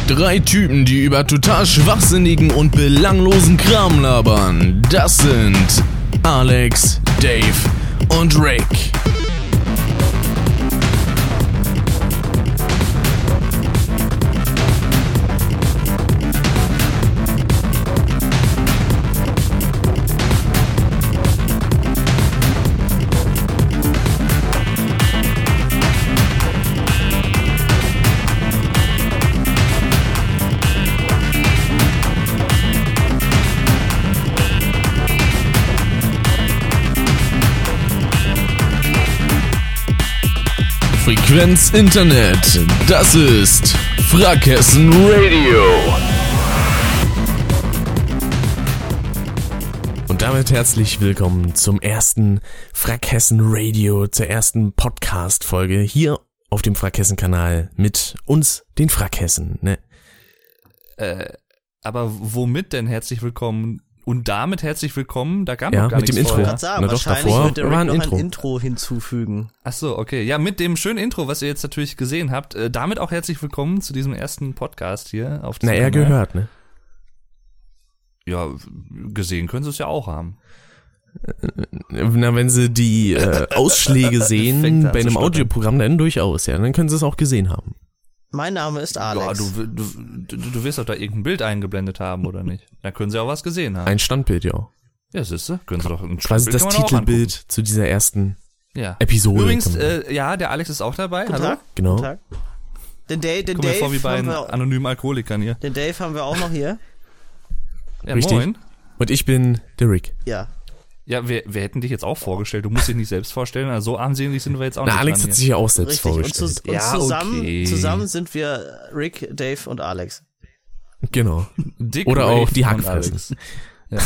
Drei Typen, die über total schwachsinnigen und belanglosen Kram labern. Das sind Alex, Dave und Rick. Frequenz Internet, das ist Frackhessen Radio. Und damit herzlich willkommen zum ersten Frackhessen Radio, zur ersten Podcast-Folge hier auf dem Frackhessen-Kanal mit uns, den Frackhessen, ne? Aber womit denn herzlich willkommen? Und damit herzlich willkommen, da gab Ja, noch gar mit dem nichts Intro. vorher. Sagen, Na doch, wahrscheinlich davor wird der Rick war ein noch Intro. ein Intro hinzufügen. Ach so, okay. Ja, mit dem schönen Intro, was ihr jetzt natürlich gesehen habt, damit auch herzlich willkommen zu diesem ersten Podcast hier auf diesem Na, er Kanal. gehört, ne? Ja, gesehen können sie es ja auch haben. Na, wenn sie die Ausschläge Fängt sehen an bei zu einem stottern. Audioprogramm, dann durchaus, ja. Dann können sie es auch gesehen haben. Mein Name ist Ja, Alex. du wirst doch da irgendein Bild eingeblendet haben, oder nicht? Da können sie auch was gesehen haben. Ein Standbild, ja. Ja, siehste, können sie doch ein Quasi das kann man auch Titelbild zu dieser ersten angucken. Ja. Episode. Übrigens, kann man- ja, der Alex ist auch dabei. Guten Hallo. Tag. Genau. Guten Tag. Den Kommen wir vor wie bei Dave anonymen Alkoholikern hier. haben wir auch noch hier. Ja, Richtig. moin. Und ich bin der Rick. Ja. Ja, wir hätten dich jetzt auch vorgestellt. Du musst dich nicht selbst vorstellen. Also so ansehnlich sind wir jetzt auch Na, nicht Alex dran hat sich ja auch selbst Richtig. Und, vorgestellt. Ja, okay. zusammen sind wir Rick, Dave und Alex. Genau. Dick Oder Ray auch die und Hackfressen. Alex. Ja.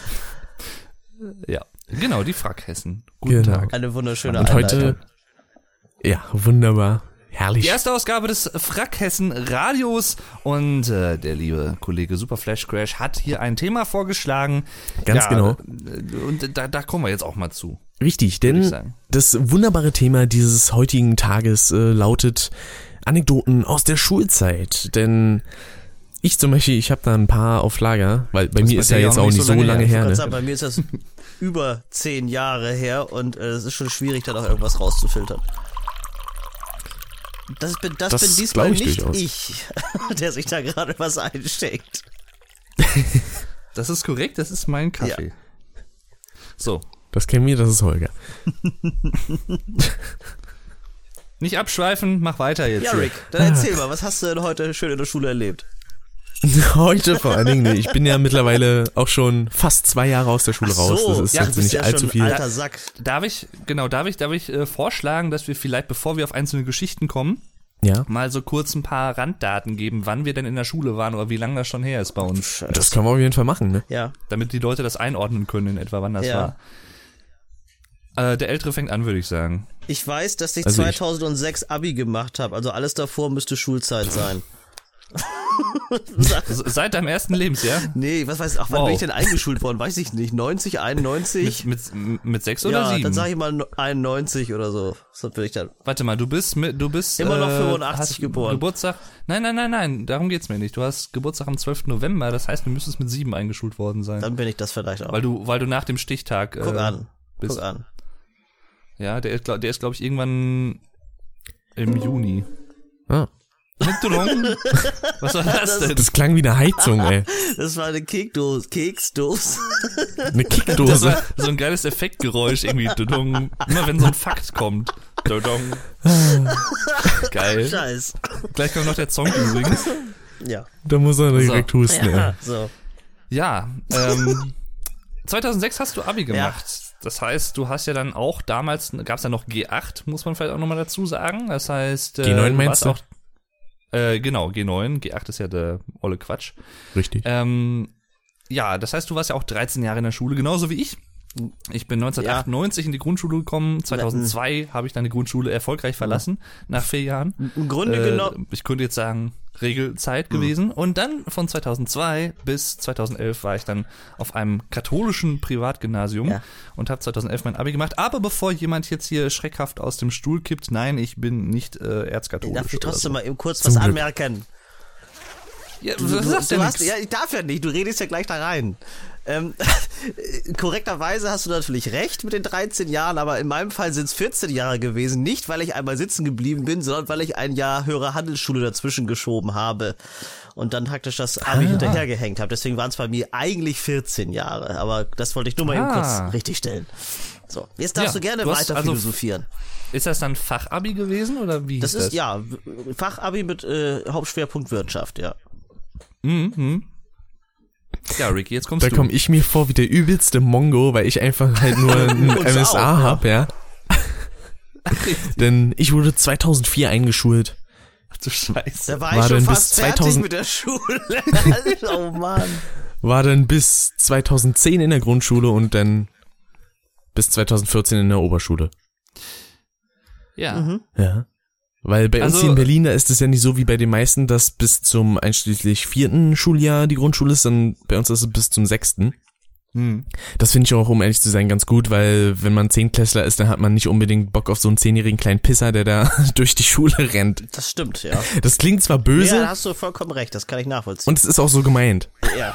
Ja, genau, die Frackhessen. Guten Genau. Tag. Eine wunderschöne Und heute, Einleitung. ja, wunderbar. Herrlich. Die erste Ausgabe des Frackhessen Radios und der liebe Kollege Super Flash Crash hat hier ein Thema vorgeschlagen. Ganz genau. Und da kommen wir jetzt auch mal zu. Richtig, Würde ich denn sagen. das wunderbare Thema dieses heutigen Tages lautet Anekdoten aus der Schulzeit. Denn ich zum Beispiel, ich habe da ein paar auf Lager, weil bei Das mir ist ist bei ja dir jetzt auch auch nicht nicht so so lange lange Ich her. wollte Ne? sagen, bei mir ist das über 10 Jahre her und es ist schon schwierig, da noch irgendwas rauszufiltern. Das bin diesmal glaub ich nicht durchaus. ich, der sich da gerade was einsteckt. Das ist korrekt, das ist mein Kaffee. So, Das kennen wir, das ist Holger. nicht abschweifen, mach weiter jetzt. Ja, hier. Rick, dann erzähl mal, was hast du denn heute schön in der Schule erlebt? Heute vor allen Dingen, ne, ich bin ja mittlerweile auch schon fast 2 Jahre aus der Schule raus. Das ist ja, jetzt du bist nicht ja allzu schon viel. ein alter Sack. Darf ich vorschlagen, dass wir vielleicht, bevor wir auf einzelne Geschichten kommen, Ja, mal so kurz ein paar Randdaten geben, wann wir denn in der Schule waren oder wie lange das schon her ist bei uns, das können wir auf jeden Fall machen, ne? Ja, damit die Leute das einordnen können in etwa, wann das Ja. war. Der Ältere fängt an, würde ich sagen. ich weiß, dass ich Also ich- 2006 Abi gemacht habe, also alles davor müsste Schulzeit sein. Seit deinem ersten Lebensjahr? Nee, was weiß ich, wann Wow. bin ich denn eingeschult worden? Weiß ich nicht, 90, 91? Mit 6 oder Ja, 7? dann sag ich mal 91 oder so. So will ich dann. Warte mal, du bist Immer noch 85 hast geboren. Geburtstag. Nein, darum geht's mir nicht. Du hast Geburtstag am 12. November, das heißt, du müsstest mit 7 eingeschult worden sein. Dann bin ich das vielleicht auch. Weil du nach dem Stichtag Guck an. bist. Guck an. Ja, der ist glaube ich irgendwann im Juni. Ah, Was war das denn? das klang wie eine Heizung, ey. Das war eine Keksdose. Eine Das Kickdose. war so ein geiles Effektgeräusch irgendwie. Dudung. Immer wenn so ein Fakt kommt. Dudung. Geil. Scheiß. Gleich kommt noch der Song übrigens. Ja. Da muss er direkt husten, ey. Ja, so. Ja, 2006 hast du Abi gemacht. Das heißt, du hast ja dann auch damals, gab's ja noch G8, muss man vielleicht auch nochmal dazu sagen. Das heißt, G9 meinst du? auch, genau, G9. G8 ist ja der olle Quatsch. Richtig. Ja, das heißt, du warst ja auch 13 Jahre in der Schule, genauso wie ich. Ich bin 1998 in die Grundschule gekommen. 2002 habe ich dann die Grundschule erfolgreich verlassen, nach 4 Jahren. Im Grunde genommen. Ich könnte jetzt sagen, Regelzeit gewesen. Und dann von 2002 bis 2011 war ich dann auf einem katholischen Privatgymnasium und habe 2011 mein Abi gemacht. Aber bevor jemand jetzt hier schreckhaft aus dem Stuhl kippt, nein, ich bin nicht erzkatholisch. Darf ich trotzdem so. mal eben kurz Zum was Glück. anmerken? Ja, du sagst ja nichts. Ja, ich darf ja nicht, du redest ja gleich da rein. Korrekterweise hast du natürlich recht mit den 13 Jahren, aber in meinem Fall sind es 14 Jahre gewesen. Nicht, weil ich einmal sitzen geblieben bin, sondern weil ich ein Jahr höhere Handelsschule dazwischen geschoben habe und dann praktisch das Abi hinterhergehängt habe. Deswegen waren es bei mir eigentlich 14 Jahre, aber das wollte ich nur mal eben kurz richtigstellen. So, jetzt darfst du gerne weiter philosophieren. Ist das dann Fachabi gewesen oder wie das hieß das? Ja, Fachabi mit Hauptschwerpunkt Wirtschaft, ja. Ja, Ricky, jetzt kommst du. Da komme ich mir vor wie der übelste Mongo, weil ich einfach halt nur ein MSA habe, ja. Denn ich wurde 2004 eingeschult. Ach du Scheiße. Da war ich schon fast fertig mit der Schule. Oh Mann. War dann bis 2010 in der Grundschule und dann bis 2014 in der Oberschule. Ja. Ja. Weil bei uns hier in Berlin, da ist es ja nicht so wie bei den meisten, dass bis zum einschließlich 4. Schuljahr die Grundschule ist, dann bei uns ist es bis zum 6. Das finde ich auch, um ehrlich zu sein, ganz gut, weil wenn man 10-Klässler ist, dann hat man nicht unbedingt Bock auf so einen 10-jährigen kleinen Pisser, der da durch die Schule rennt. Das stimmt, ja. Das klingt zwar böse. Ja, da hast du vollkommen recht, das kann ich nachvollziehen. Und es ist auch so gemeint. Ja.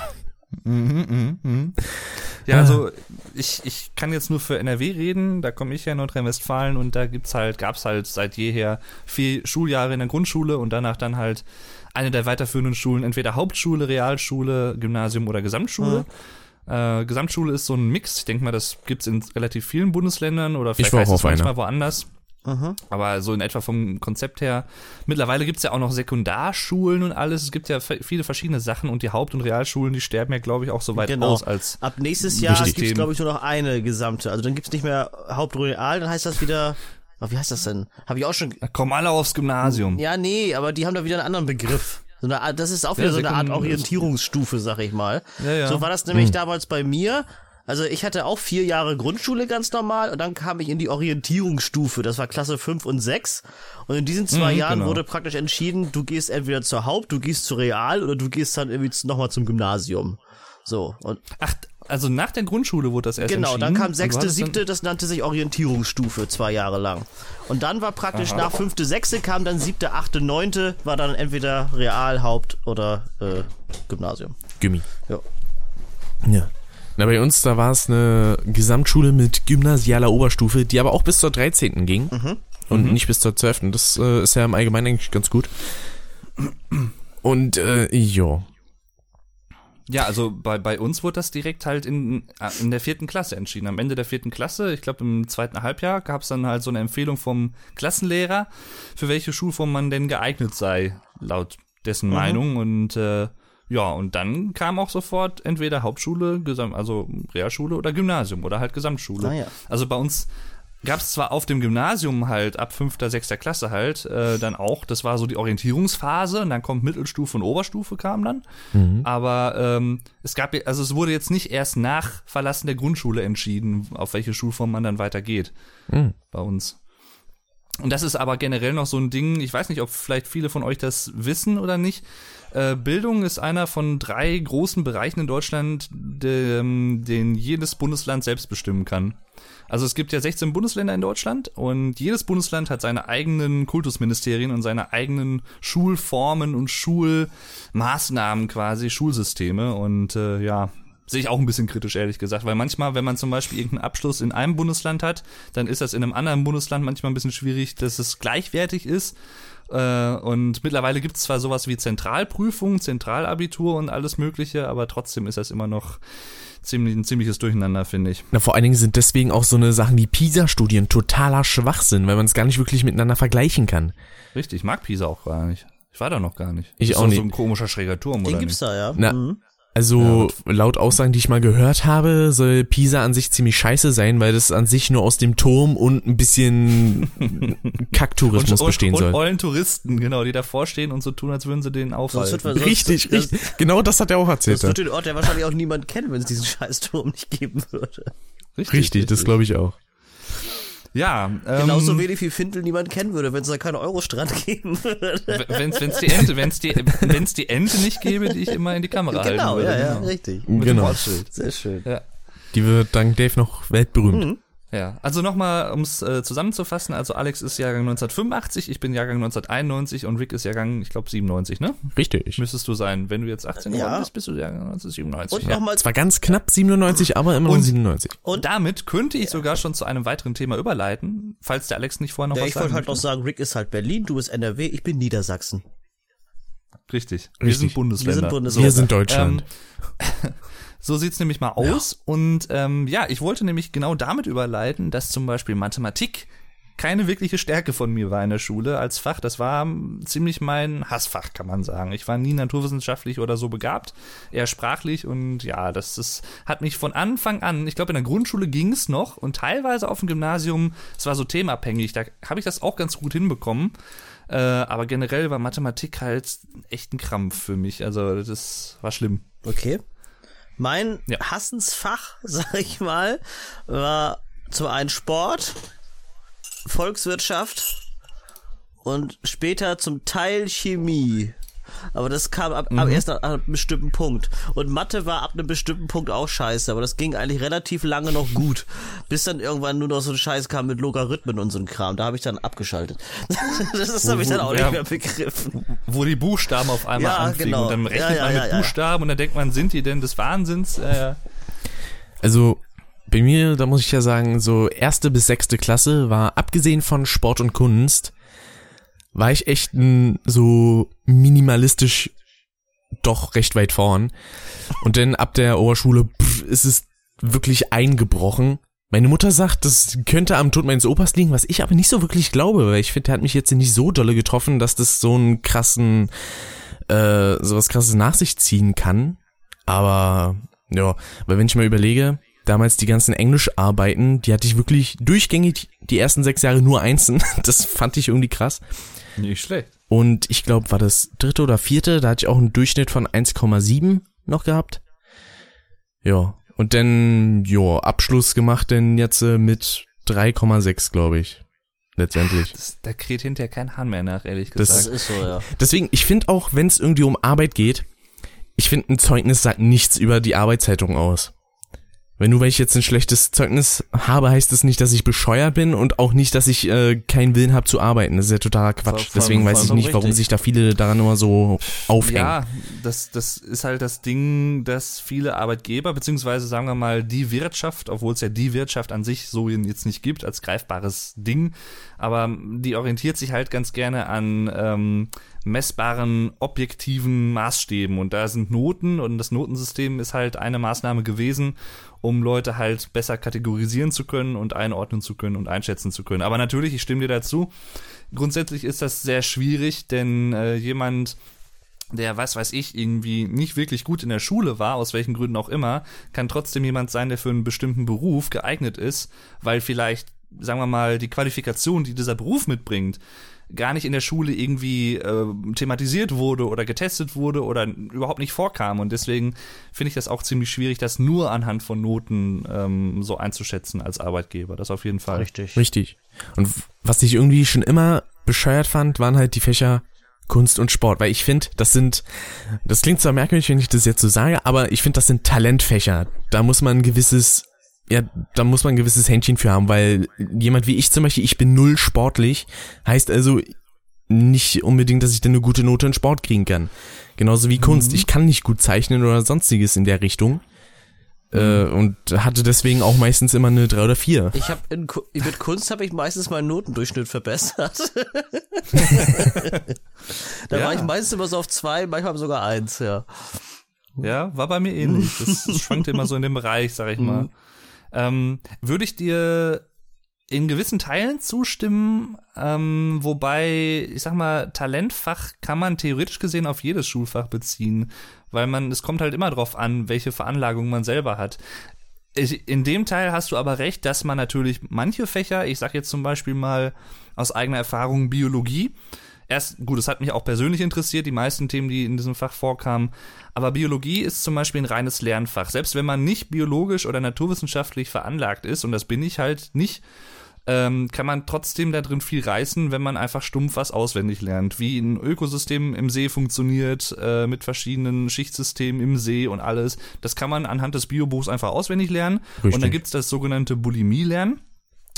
Ja, also ich kann jetzt nur für NRW reden, da komme ich ja in Nordrhein-Westfalen und da gab's halt seit jeher 4 Schuljahre in der Grundschule und danach dann halt eine der weiterführenden Schulen, entweder Hauptschule, Realschule, Gymnasium oder Gesamtschule. Gesamtschule ist so ein Mix, ich denke mal, das gibt's in relativ vielen Bundesländern oder vielleicht heißt es manchmal woanders. Aber so in etwa vom Konzept her. Mittlerweile gibt's ja auch noch Sekundarschulen und alles. Es gibt ja viele verschiedene Sachen und die Haupt- und Realschulen, die sterben ja, glaube ich, auch so weit aus als. Ab nächstes Jahr gibt's, glaube ich, nur noch eine gesamte. Also dann gibt's nicht mehr Haupt- und Real, dann heißt das wieder. Oh, wie heißt das denn? Habe ich auch schon. Komm alle aufs Gymnasium. Ja, nee, aber die haben da wieder einen anderen Begriff. So eine Art, das ist auch wieder so eine Art Orientierungsstufe, sag ich mal. Ja. So war das nämlich damals bei mir. Also ich hatte auch 4 Jahre Grundschule ganz normal und dann kam ich in die Orientierungsstufe, das war Klasse 5 und 6 und in diesen 2 Jahren wurde praktisch entschieden, du gehst entweder zur Haupt, du gehst zur Real oder du gehst dann irgendwie nochmal zum Gymnasium. So. Und ach, also nach der Grundschule wurde das erst entschieden? Genau, dann kam 6., 7., das nannte sich Orientierungsstufe 2 Jahre lang. Und dann war praktisch nach 5., 6. kam dann 7., 8., 9. war dann entweder Real, Haupt oder Gymnasium. Gymmi. Ja. Na, bei uns, da war es eine Gesamtschule mit gymnasialer Oberstufe, die aber auch bis zur 13. ging und nicht bis zur 12. Das ist ja im Allgemeinen eigentlich ganz gut. Und, Ja, also bei uns wurde das direkt halt in der 4. Klasse entschieden. Am Ende der 4. Klasse, ich glaube im 2. Halbjahr, gab es dann halt so eine Empfehlung vom Klassenlehrer, für welche Schulform man denn geeignet sei, laut dessen Meinung. Und und dann kam auch sofort entweder Hauptschule, also Realschule oder Gymnasium oder halt Gesamtschule. Ja. Also bei uns gab es zwar auf dem Gymnasium halt ab 5., 6. Klasse halt dann auch, das war so die Orientierungsphase und dann kommt Mittelstufe und Oberstufe kam dann, aber es wurde jetzt nicht erst nach Verlassen der Grundschule entschieden, auf welche Schulform man dann weitergeht bei uns. Und das ist aber generell noch so ein Ding, ich weiß nicht, ob vielleicht viele von euch das wissen oder nicht. Bildung ist einer von 3 großen Bereichen in Deutschland, den jedes Bundesland selbst bestimmen kann. Also es gibt ja 16 Bundesländer in Deutschland und jedes Bundesland hat seine eigenen Kultusministerien und seine eigenen Schulformen und Schulmaßnahmen quasi, Schulsysteme und sehe ich auch ein bisschen kritisch, ehrlich gesagt, weil manchmal, wenn man zum Beispiel irgendeinen Abschluss in einem Bundesland hat, dann ist das in einem anderen Bundesland manchmal ein bisschen schwierig, dass es gleichwertig ist. Und mittlerweile gibt es zwar sowas wie Zentralprüfung, Zentralabitur und alles Mögliche, aber trotzdem ist das immer noch ein ziemliches Durcheinander, finde ich. Na, vor allen Dingen sind deswegen auch so eine Sachen wie PISA-Studien totaler Schwachsinn, weil man es gar nicht wirklich miteinander vergleichen kann. Richtig, ich mag PISA auch gar nicht. Ich war da noch gar nicht. Ich ist auch nicht. So ein komischer schräger Turm, oder? Den gibt's da, ja. Na, also laut Aussagen, die ich mal gehört habe, soll Pisa an sich ziemlich scheiße sein, weil das an sich nur aus dem Turm und ein bisschen Kacktourismus bestehen soll. Und ollen Touristen, genau, die davor stehen und so tun, als würden sie den aufhalten. Richtig. Genau das hat er auch erzählt. Das wird den Ort ja wahrscheinlich auch niemand kennen, wenn es diesen scheiß Turm nicht geben würde. Richtig, das glaube ich auch. Ja, genauso wenig wie Findel niemand kennen würde, wenn es da keinen Eurostrand geben würde. Wenn's die Ente nicht gäbe, die ich immer in die Kamera halten würde. Ja, richtig. Genau. Sehr schön. Ja. Die wird dank Dave noch weltberühmt. Ja, also nochmal, um es zusammenzufassen, also Alex ist Jahrgang 1985, ich bin Jahrgang 1991 und Rick ist Jahrgang, ich glaube, 97, ne? Richtig. Müsstest du sein. Wenn du jetzt 18 geworden bist, bist du Jahrgang 1997. Und nochmal. Zwar ganz knapp 97, aber immer noch 97. Und damit könnte ich sogar schon zu einem weiteren Thema überleiten, falls der Alex nicht vorher noch was ich wollte halt noch sagen, Rick ist halt Berlin, du bist NRW, ich bin Niedersachsen. Richtig. Wir sind Bundesländer. Wir sind Deutschland. So sieht's nämlich mal aus. Und ich wollte nämlich genau damit überleiten, dass zum Beispiel Mathematik keine wirkliche Stärke von mir war in der Schule als Fach. Das war ziemlich mein Hassfach, kann man sagen. Ich war nie naturwissenschaftlich oder so begabt, eher sprachlich. Und ja, das hat mich von Anfang an, ich glaube in der Grundschule ging's noch und teilweise auf dem Gymnasium, es war so themenabhängig, da habe ich das auch ganz gut hinbekommen. Aber generell war Mathematik halt echt ein Krampf für mich. Also das war schlimm. Okay. Mein Hassensfach, sag ich mal, war zum einen Sport, Volkswirtschaft und später zum Teil Chemie. Aber das kam erst ab einem bestimmten Punkt. Und Mathe war ab einem bestimmten Punkt auch scheiße, aber das ging eigentlich relativ lange noch gut. Bis dann irgendwann nur noch so ein Scheiß kam mit Logarithmen und so ein Kram. Da habe ich dann abgeschaltet. Das habe ich dann auch nicht mehr begriffen. Wo die Buchstaben auf einmal anfliegen. Genau. Und dann rechnet man mit Buchstaben und dann denkt man, sind die denn des Wahnsinns? Also bei mir, da muss ich ja sagen, so 1. bis 6. Klasse war, abgesehen von Sport und Kunst, war ich echt so minimalistisch doch recht weit vorn. Und dann ab der Oberschule ist es wirklich eingebrochen. Meine Mutter sagt, das könnte am Tod meines Opas liegen, was ich aber nicht so wirklich glaube, weil ich finde, der hat mich jetzt nicht so dolle getroffen, dass das so einen krassen, sowas Krasses nach sich ziehen kann. Aber, ja, weil wenn ich mal überlege, damals die ganzen Englischarbeiten, die hatte ich wirklich durchgängig die ersten 6 Jahre nur Einsen. Das fand ich irgendwie krass. Nicht schlecht. Und ich glaube, war das 3. oder 4., da hatte ich auch einen Durchschnitt von 1,7 noch gehabt. Ja, und dann, Abschluss gemacht denn jetzt mit 3,6, glaube ich. Letztendlich. Da kräht hinterher kein Hahn mehr nach, ehrlich gesagt. Das ist so, ja. Deswegen, ich finde auch, wenn es irgendwie um Arbeit geht, ich finde, ein Zeugnis sagt nichts über die Arbeitszeitung aus. Weil ich jetzt ein schlechtes Zeugnis habe, heißt das nicht, dass ich bescheuert bin und auch nicht, dass ich keinen Willen habe zu arbeiten. Das ist ja totaler Quatsch. Deswegen weiß ich nicht, warum sich da viele daran immer so aufhängen. Ja, das ist halt das Ding, dass viele Arbeitgeber, beziehungsweise sagen wir mal die Wirtschaft, obwohl es ja die Wirtschaft an sich so jetzt nicht gibt als greifbares Ding, aber die orientiert sich halt ganz gerne an messbaren, objektiven Maßstäben und da sind Noten und das Notensystem ist halt eine Maßnahme gewesen, um Leute halt besser kategorisieren zu können und einordnen zu können und einschätzen zu können. Aber natürlich, ich stimme dir dazu, grundsätzlich ist das sehr schwierig, denn jemand, der, was weiß ich, irgendwie nicht wirklich gut in der Schule war, aus welchen Gründen auch immer, kann trotzdem jemand sein, der für einen bestimmten Beruf geeignet ist, weil vielleicht, sagen wir mal, die Qualifikation, die dieser Beruf mitbringt, gar nicht in der Schule irgendwie thematisiert wurde oder getestet wurde oder überhaupt nicht vorkam. Und deswegen finde ich das auch ziemlich schwierig, das nur anhand von Noten so einzuschätzen als Arbeitgeber. Das auf jeden Fall. Richtig. Und was ich irgendwie schon immer bescheuert fand, waren halt die Fächer Kunst und Sport. Weil ich finde, das klingt zwar merkwürdig, wenn ich das jetzt so sage, aber ich finde, das sind Talentfächer. Da muss man ein gewisses Händchen für haben, weil jemand wie ich zum Beispiel, ich bin null sportlich, heißt also nicht unbedingt, dass ich dann eine gute Note in Sport kriegen kann. Genauso wie Kunst. Ich kann nicht gut zeichnen oder sonstiges in der Richtung. Und hatte deswegen auch meistens immer eine 3 oder 4. Mit Kunst habe ich meistens meinen Notendurchschnitt verbessert. Da war ich meistens immer so auf 2, manchmal sogar 1, ja. Ja, war bei mir ähnlich. Das schwankte immer so in dem Bereich, sag ich mal. Würde ich dir in gewissen Teilen zustimmen, wobei, ich sag mal, Talentfach kann man theoretisch gesehen auf jedes Schulfach beziehen, weil es kommt halt immer drauf an, welche Veranlagung man selber hat. In dem Teil hast du aber recht, dass man natürlich manche Fächer, ich sag jetzt zum Beispiel mal aus eigener Erfahrung Biologie, es hat mich auch persönlich interessiert, die meisten Themen, die in diesem Fach vorkamen, aber Biologie ist zum Beispiel ein reines Lernfach. Selbst wenn man nicht biologisch oder naturwissenschaftlich veranlagt ist, und das bin ich halt nicht, kann man trotzdem da drin viel reißen, wenn man einfach stumpf was auswendig lernt. Wie ein Ökosystem im See funktioniert, mit verschiedenen Schichtsystemen im See und alles. Das kann man anhand des Biobuchs einfach auswendig lernen. Richtig. Und dann gibt's das sogenannte Bulimie-Lernen.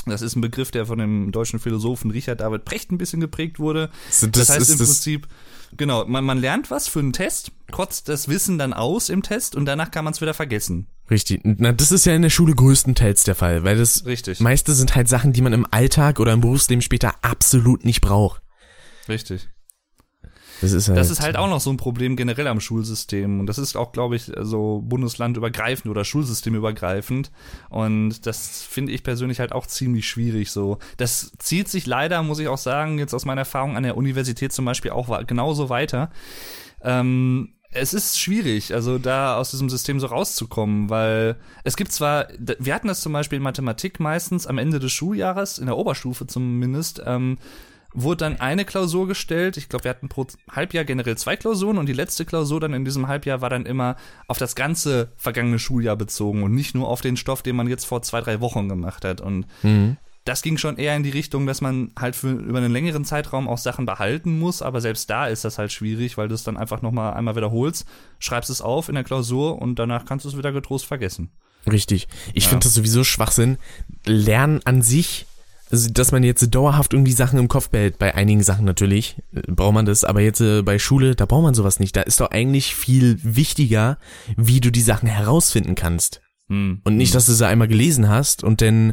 Das ist ein Begriff, der von dem deutschen Philosophen Richard David Precht ein bisschen geprägt wurde. Das heißt im Prinzip, genau, man lernt was für einen Test, kotzt das Wissen dann aus im Test und danach kann man es wieder vergessen. Richtig. Na, das ist ja in der Schule größtenteils der Fall, weil das meiste sind halt Sachen, die man im Alltag oder im Berufsleben später absolut nicht braucht. Richtig. Das ist halt auch noch so ein Problem generell am Schulsystem. Und das ist auch, glaube ich, so bundeslandübergreifend oder schulsystemübergreifend. Und das finde ich persönlich halt auch ziemlich schwierig so. Das zieht sich leider, muss ich auch sagen, jetzt aus meiner Erfahrung an der Universität zum Beispiel auch genauso weiter. Es ist schwierig, also da aus diesem System so rauszukommen, weil es gibt zwar, wir hatten das zum Beispiel in Mathematik meistens am Ende des Schuljahres, in der Oberstufe zumindest, wurde dann eine Klausur gestellt. Ich glaube, wir hatten pro Halbjahr generell 2 Klausuren und die letzte Klausur dann in diesem Halbjahr war dann immer auf das ganze vergangene Schuljahr bezogen und nicht nur auf den Stoff, den man jetzt vor 2-3 Wochen gemacht hat. Und das ging schon eher in die Richtung, dass man halt über einen längeren Zeitraum auch Sachen behalten muss, aber selbst da ist das halt schwierig, weil du es dann einfach nochmal einmal wiederholst, schreibst es auf in der Klausur und danach kannst du es wieder getrost vergessen. Richtig. Ich finde das sowieso Schwachsinn. Lernen an sich, also dass man jetzt dauerhaft irgendwie Sachen im Kopf behält, bei einigen Sachen natürlich braucht man das, aber jetzt bei Schule, da braucht man sowas nicht. Da ist doch eigentlich viel wichtiger, wie du die Sachen herausfinden kannst. Und nicht, dass du sie einmal gelesen hast und dann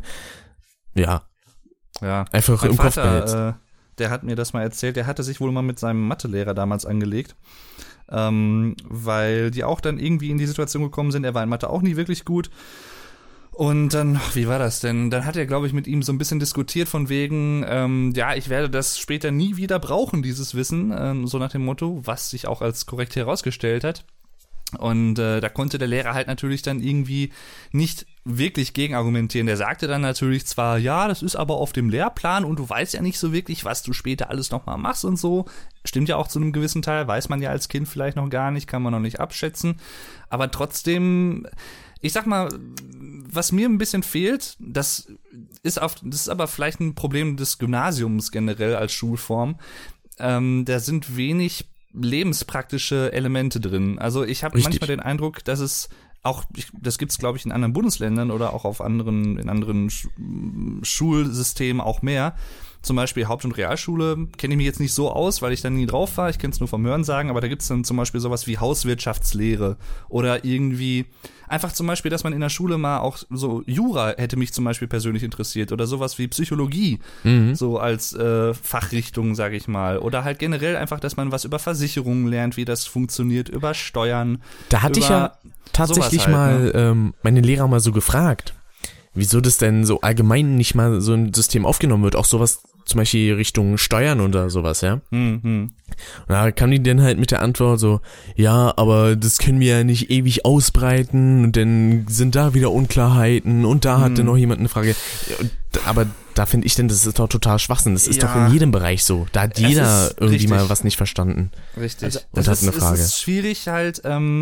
einfach mein im Vater, Kopf behältst. Der hat mir das mal erzählt, der hatte sich wohl mal mit seinem Mathelehrer damals angelegt, weil die auch dann irgendwie in die Situation gekommen sind, er war in Mathe auch nie wirklich gut. Und dann, wie war das denn? Dann hat er, glaube ich, mit ihm so ein bisschen diskutiert von wegen, ich werde das später nie wieder brauchen, dieses Wissen, so nach dem Motto, was sich auch als korrekt herausgestellt hat. Und da konnte der Lehrer halt natürlich dann irgendwie nicht wirklich gegenargumentieren. Der sagte dann natürlich zwar, ja, das ist aber auf dem Lehrplan und du weißt ja nicht so wirklich, was du später alles nochmal machst und so. Stimmt ja auch zu einem gewissen Teil, weiß man ja als Kind vielleicht noch gar nicht, kann man noch nicht abschätzen. Aber trotzdem, ich sag mal, was mir ein bisschen fehlt, das ist aber vielleicht ein Problem des Gymnasiums generell als Schulform. Da sind wenig lebenspraktische Elemente drin. Also ich habe manchmal den Eindruck, dass es auch, das gibt's glaube ich in anderen Bundesländern oder auch in anderen Schulsystemen auch mehr. Zum Beispiel Haupt- und Realschule kenne ich mich jetzt nicht so aus, weil ich da nie drauf war. Ich kenne es nur vom Hörensagen, aber da gibt's dann zum Beispiel sowas wie Hauswirtschaftslehre oder irgendwie einfach zum Beispiel, dass man in der Schule mal auch so Jura hätte mich zum Beispiel persönlich interessiert oder sowas wie Psychologie, so als Fachrichtung, sage ich mal. Oder halt generell einfach, dass man was über Versicherungen lernt, wie das funktioniert, über Steuern. Da hatte ich ja tatsächlich meine Lehrer mal so gefragt, wieso das denn so allgemein nicht mal so ein System aufgenommen wird, auch sowas zum Beispiel Richtung Steuern oder sowas, ja. Und da kam die dann halt mit der Antwort so, ja, aber das können wir ja nicht ewig ausbreiten und dann sind da wieder Unklarheiten und da hat dann noch jemand eine Frage. Aber da finde ich denn, das ist doch total Schwachsinn. Das ist doch in jedem Bereich so. Da hat jeder irgendwie mal was nicht verstanden. Richtig. Also, und hat eine Frage. Es ist schwierig halt,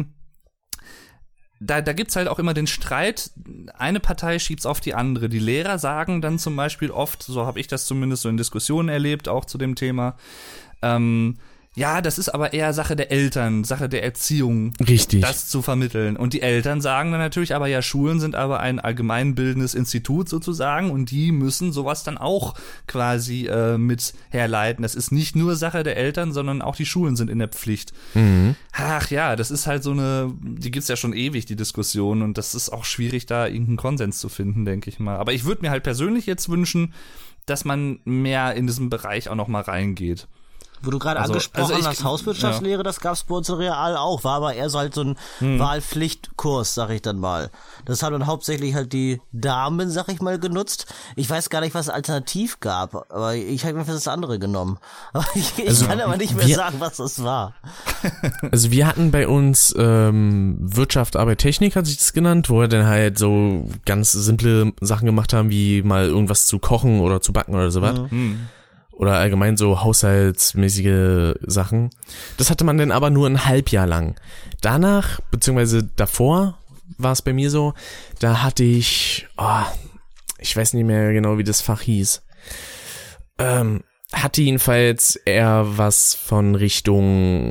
Da gibt's halt auch immer den Streit, eine Partei schiebt's auf die andere. Die Lehrer sagen dann zum Beispiel oft, so habe ich das zumindest so in Diskussionen erlebt, auch zu dem Thema, ja, das ist aber eher Sache der Eltern, Sache der Erziehung, richtig, das zu vermitteln. Und die Eltern sagen dann natürlich, aber ja, Schulen sind aber ein allgemeinbildendes Institut sozusagen und die müssen sowas dann auch quasi mit herleiten. Das ist nicht nur Sache der Eltern, sondern auch die Schulen sind in der Pflicht. Ach ja, das ist halt so die gibt's ja schon ewig, die Diskussion, und das ist auch schwierig, da irgendeinen Konsens zu finden, denke ich mal. Aber ich würde mir halt persönlich jetzt wünschen, dass man mehr in diesem Bereich auch noch mal reingeht. Wo du gerade angesprochen hast, Hauswirtschaftslehre, das gab's bei uns in Real auch, war aber eher so halt so ein Wahlpflichtkurs, sag ich dann mal. Das haben dann hauptsächlich halt die Damen, sag ich mal, genutzt. Ich weiß gar nicht, was es alternativ gab, aber ich habe mir für das andere genommen. Ich kann aber nicht mehr sagen, was das war. Also wir hatten bei uns Wirtschaft, Arbeit, Technik hat sich das genannt, wo wir dann halt so ganz simple Sachen gemacht haben, wie mal irgendwas zu kochen oder zu backen oder sowas. Oder allgemein so haushaltsmäßige Sachen. Das hatte man dann aber nur ein Halbjahr lang. Danach, beziehungsweise davor, war es bei mir so, da hatte ich, ich weiß nicht mehr genau, wie das Fach hieß. Hatte jedenfalls eher was von Richtung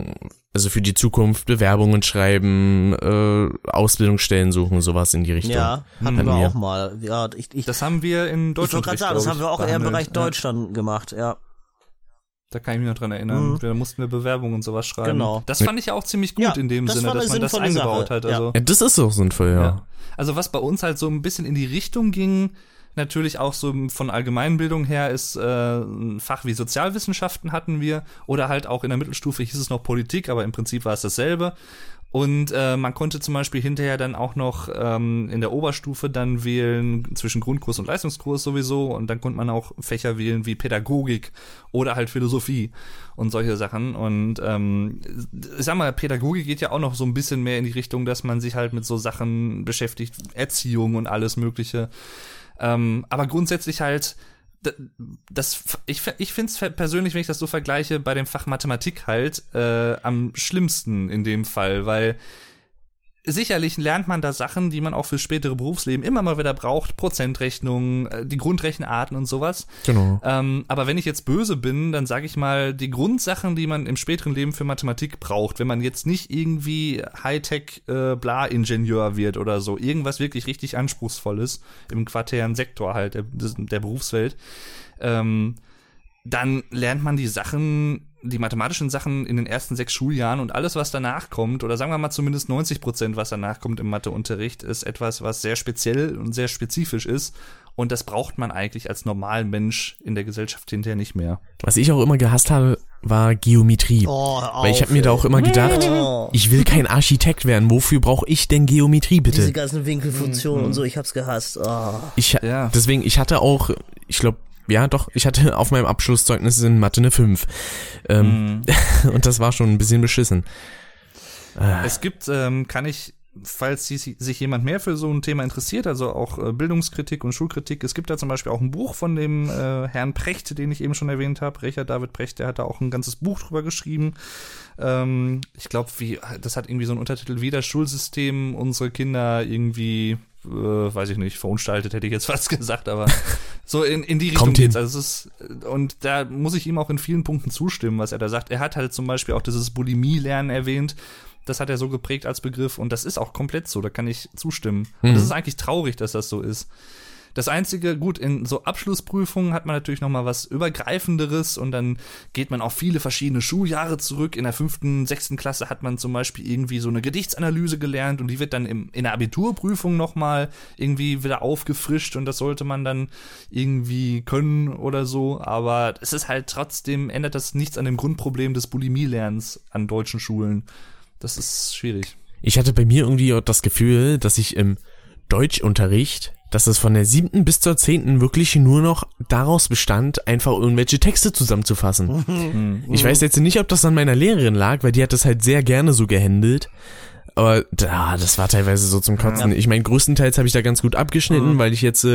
Also für die Zukunft Bewerbungen schreiben, Ausbildungsstellen suchen, sowas in die Richtung. Ja, hatten wir auch mal. Ja, das haben wir in Deutschland. Ich wollte gerade sagen, das haben wir auch eher im Bereich Deutschland gemacht, ja. Da kann ich mich noch dran erinnern. Da mussten wir Bewerbungen und sowas schreiben. Genau. Das fand ich ja auch ziemlich gut in dem Sinne, dass man das eingebaut hat. Also. Ja, das ist auch sinnvoll, ja. Also was bei uns halt so ein bisschen in die Richtung ging, natürlich auch so von Allgemeinbildung her, ist ein Fach wie Sozialwissenschaften hatten wir, oder halt auch in der Mittelstufe hieß es noch Politik, aber im Prinzip war es dasselbe. Und man konnte zum Beispiel hinterher dann auch noch in der Oberstufe dann wählen zwischen Grundkurs und Leistungskurs sowieso, und dann konnte man auch Fächer wählen wie Pädagogik oder halt Philosophie und solche Sachen. Und ich sag mal, Pädagogik geht ja auch noch so ein bisschen mehr in die Richtung, dass man sich halt mit so Sachen beschäftigt, Erziehung und alles Mögliche. Aber grundsätzlich halt, ich finde es persönlich, wenn ich das so vergleiche, bei dem Fach Mathematik halt am schlimmsten in dem Fall, weil sicherlich lernt man da Sachen, die man auch fürs spätere Berufsleben immer mal wieder braucht, Prozentrechnungen, die Grundrechenarten und sowas. Genau. Aber wenn ich jetzt böse bin, dann sage ich mal, die Grundsachen, die man im späteren Leben für Mathematik braucht, wenn man jetzt nicht irgendwie Hightech Bla-Ingenieur wird oder so, irgendwas wirklich richtig Anspruchsvolles im quartären Sektor halt der Berufswelt, dann lernt man die mathematischen Sachen in den ersten 6 Schuljahren, und alles, was danach kommt, oder sagen wir mal zumindest 90%, was danach kommt im Matheunterricht, ist etwas, was sehr speziell und sehr spezifisch ist, und das braucht man eigentlich als normaler Mensch in der Gesellschaft hinterher nicht mehr. Was ich auch immer gehasst habe, war Geometrie. Weil ich habe mir da auch immer gedacht, ich will kein Architekt werden, wofür brauche ich denn Geometrie bitte? Diese ganzen Winkelfunktionen und so, ich hab's gehasst. Deswegen, ich hatte auch, ich glaube, ja, doch, ich hatte auf meinem Abschlusszeugnis in Mathe eine 5. Und das war schon ein bisschen beschissen. Es gibt, falls sich jemand mehr für so ein Thema interessiert, also auch Bildungskritik und Schulkritik, es gibt da zum Beispiel auch ein Buch von dem Herrn Precht, den ich eben schon erwähnt habe, Richard David Precht, der hat da auch ein ganzes Buch drüber geschrieben. Ich glaube, das hat irgendwie so einen Untertitel, wie das Schulsystem unsere Kinder irgendwie weiß ich nicht, verunstaltet, hätte ich jetzt fast gesagt, aber so in die Richtung geht's. Also und da muss ich ihm auch in vielen Punkten zustimmen, was er da sagt. Er hat halt zum Beispiel auch dieses Bulimie-Lernen erwähnt. Das hat er so geprägt als Begriff, und das ist auch komplett so, da kann ich zustimmen. Und das ist eigentlich traurig, dass das so ist. Das Einzige, gut, in so Abschlussprüfungen hat man natürlich noch mal was Übergreifenderes, und dann geht man auf viele verschiedene Schuljahre zurück. In der 5., 6. Klasse hat man zum Beispiel irgendwie so eine Gedichtsanalyse gelernt, und die wird dann in der Abiturprüfung noch mal irgendwie wieder aufgefrischt, und das sollte man dann irgendwie können oder so. Aber es ist halt trotzdem, ändert das nichts an dem Grundproblem des Bulimie-Lernens an deutschen Schulen. Das ist schwierig. Ich hatte bei mir irgendwie auch das Gefühl, dass ich im Deutschunterricht, dass es von der 7. bis zur 10. wirklich nur noch daraus bestand, einfach irgendwelche Texte zusammenzufassen. Ich weiß jetzt nicht, ob das an meiner Lehrerin lag, weil die hat das halt sehr gerne so gehandelt. Aber das war teilweise so zum Kotzen. Ich meine, größtenteils habe ich da ganz gut abgeschnitten, weil ich jetzt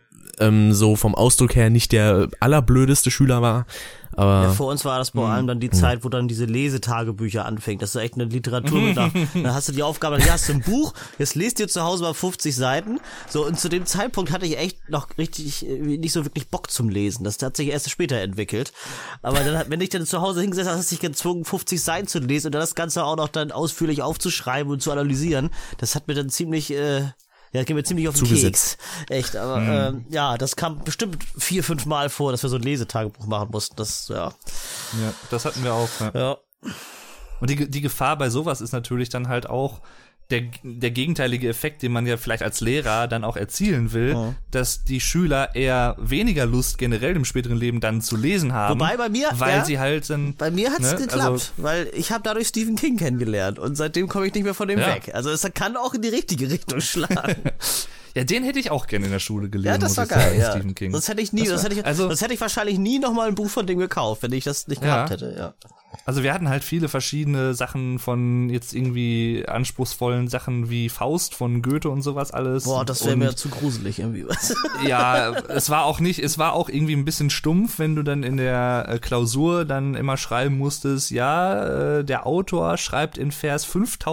so vom Ausdruck her nicht der allerblödeste Schüler war. Aber vor uns war das vor allem dann die Zeit, wo dann diese Lesetagebücher anfängt. Das ist echt eine Literatur mit dann hast du die Aufgabe, hier hast du ein Buch, jetzt lest dir zu Hause mal 50 Seiten. So, und zu dem Zeitpunkt hatte ich echt noch richtig nicht so wirklich Bock zum Lesen. Das hat sich erst später entwickelt. Aber dann, wenn ich dann zu Hause hingesetzt habe, hast du dich gezwungen, 50 Seiten zu lesen und dann das Ganze auch noch dann ausführlich aufzuschreiben und zu analysieren. Das hat mir dann ziemlich das geht mir ziemlich auf den Keks. Echt, aber das kam bestimmt 4-5 Mal vor, dass wir so ein Lesetagebuch machen mussten. Ja, das hatten wir auch. Ja. Und die Gefahr bei sowas ist natürlich dann halt auch der gegenteilige Effekt, den man ja vielleicht als Lehrer dann auch erzielen will, dass die Schüler eher weniger Lust generell im späteren Leben dann zu lesen haben. Wobei bei mir, sie halt dann, bei mir hat's geklappt, weil ich habe dadurch Stephen King kennengelernt und seitdem komme ich nicht mehr von dem weg. Also es kann auch in die richtige Richtung schlagen. Ja, den hätte ich auch gerne in der Schule gelesen. Ja, das war geil, ja. Stephen King. Sonst hätte ich wahrscheinlich nie nochmal ein Buch von dem gekauft, wenn ich das nicht gehabt hätte, ja. Also wir hatten halt viele verschiedene Sachen von jetzt irgendwie anspruchsvollen Sachen wie Faust von Goethe und sowas alles. Boah, das wäre mir zu gruselig irgendwie was. Ja, es war auch irgendwie ein bisschen stumpf, wenn du dann in der Klausur dann immer schreiben musstest, der Autor schreibt in Vers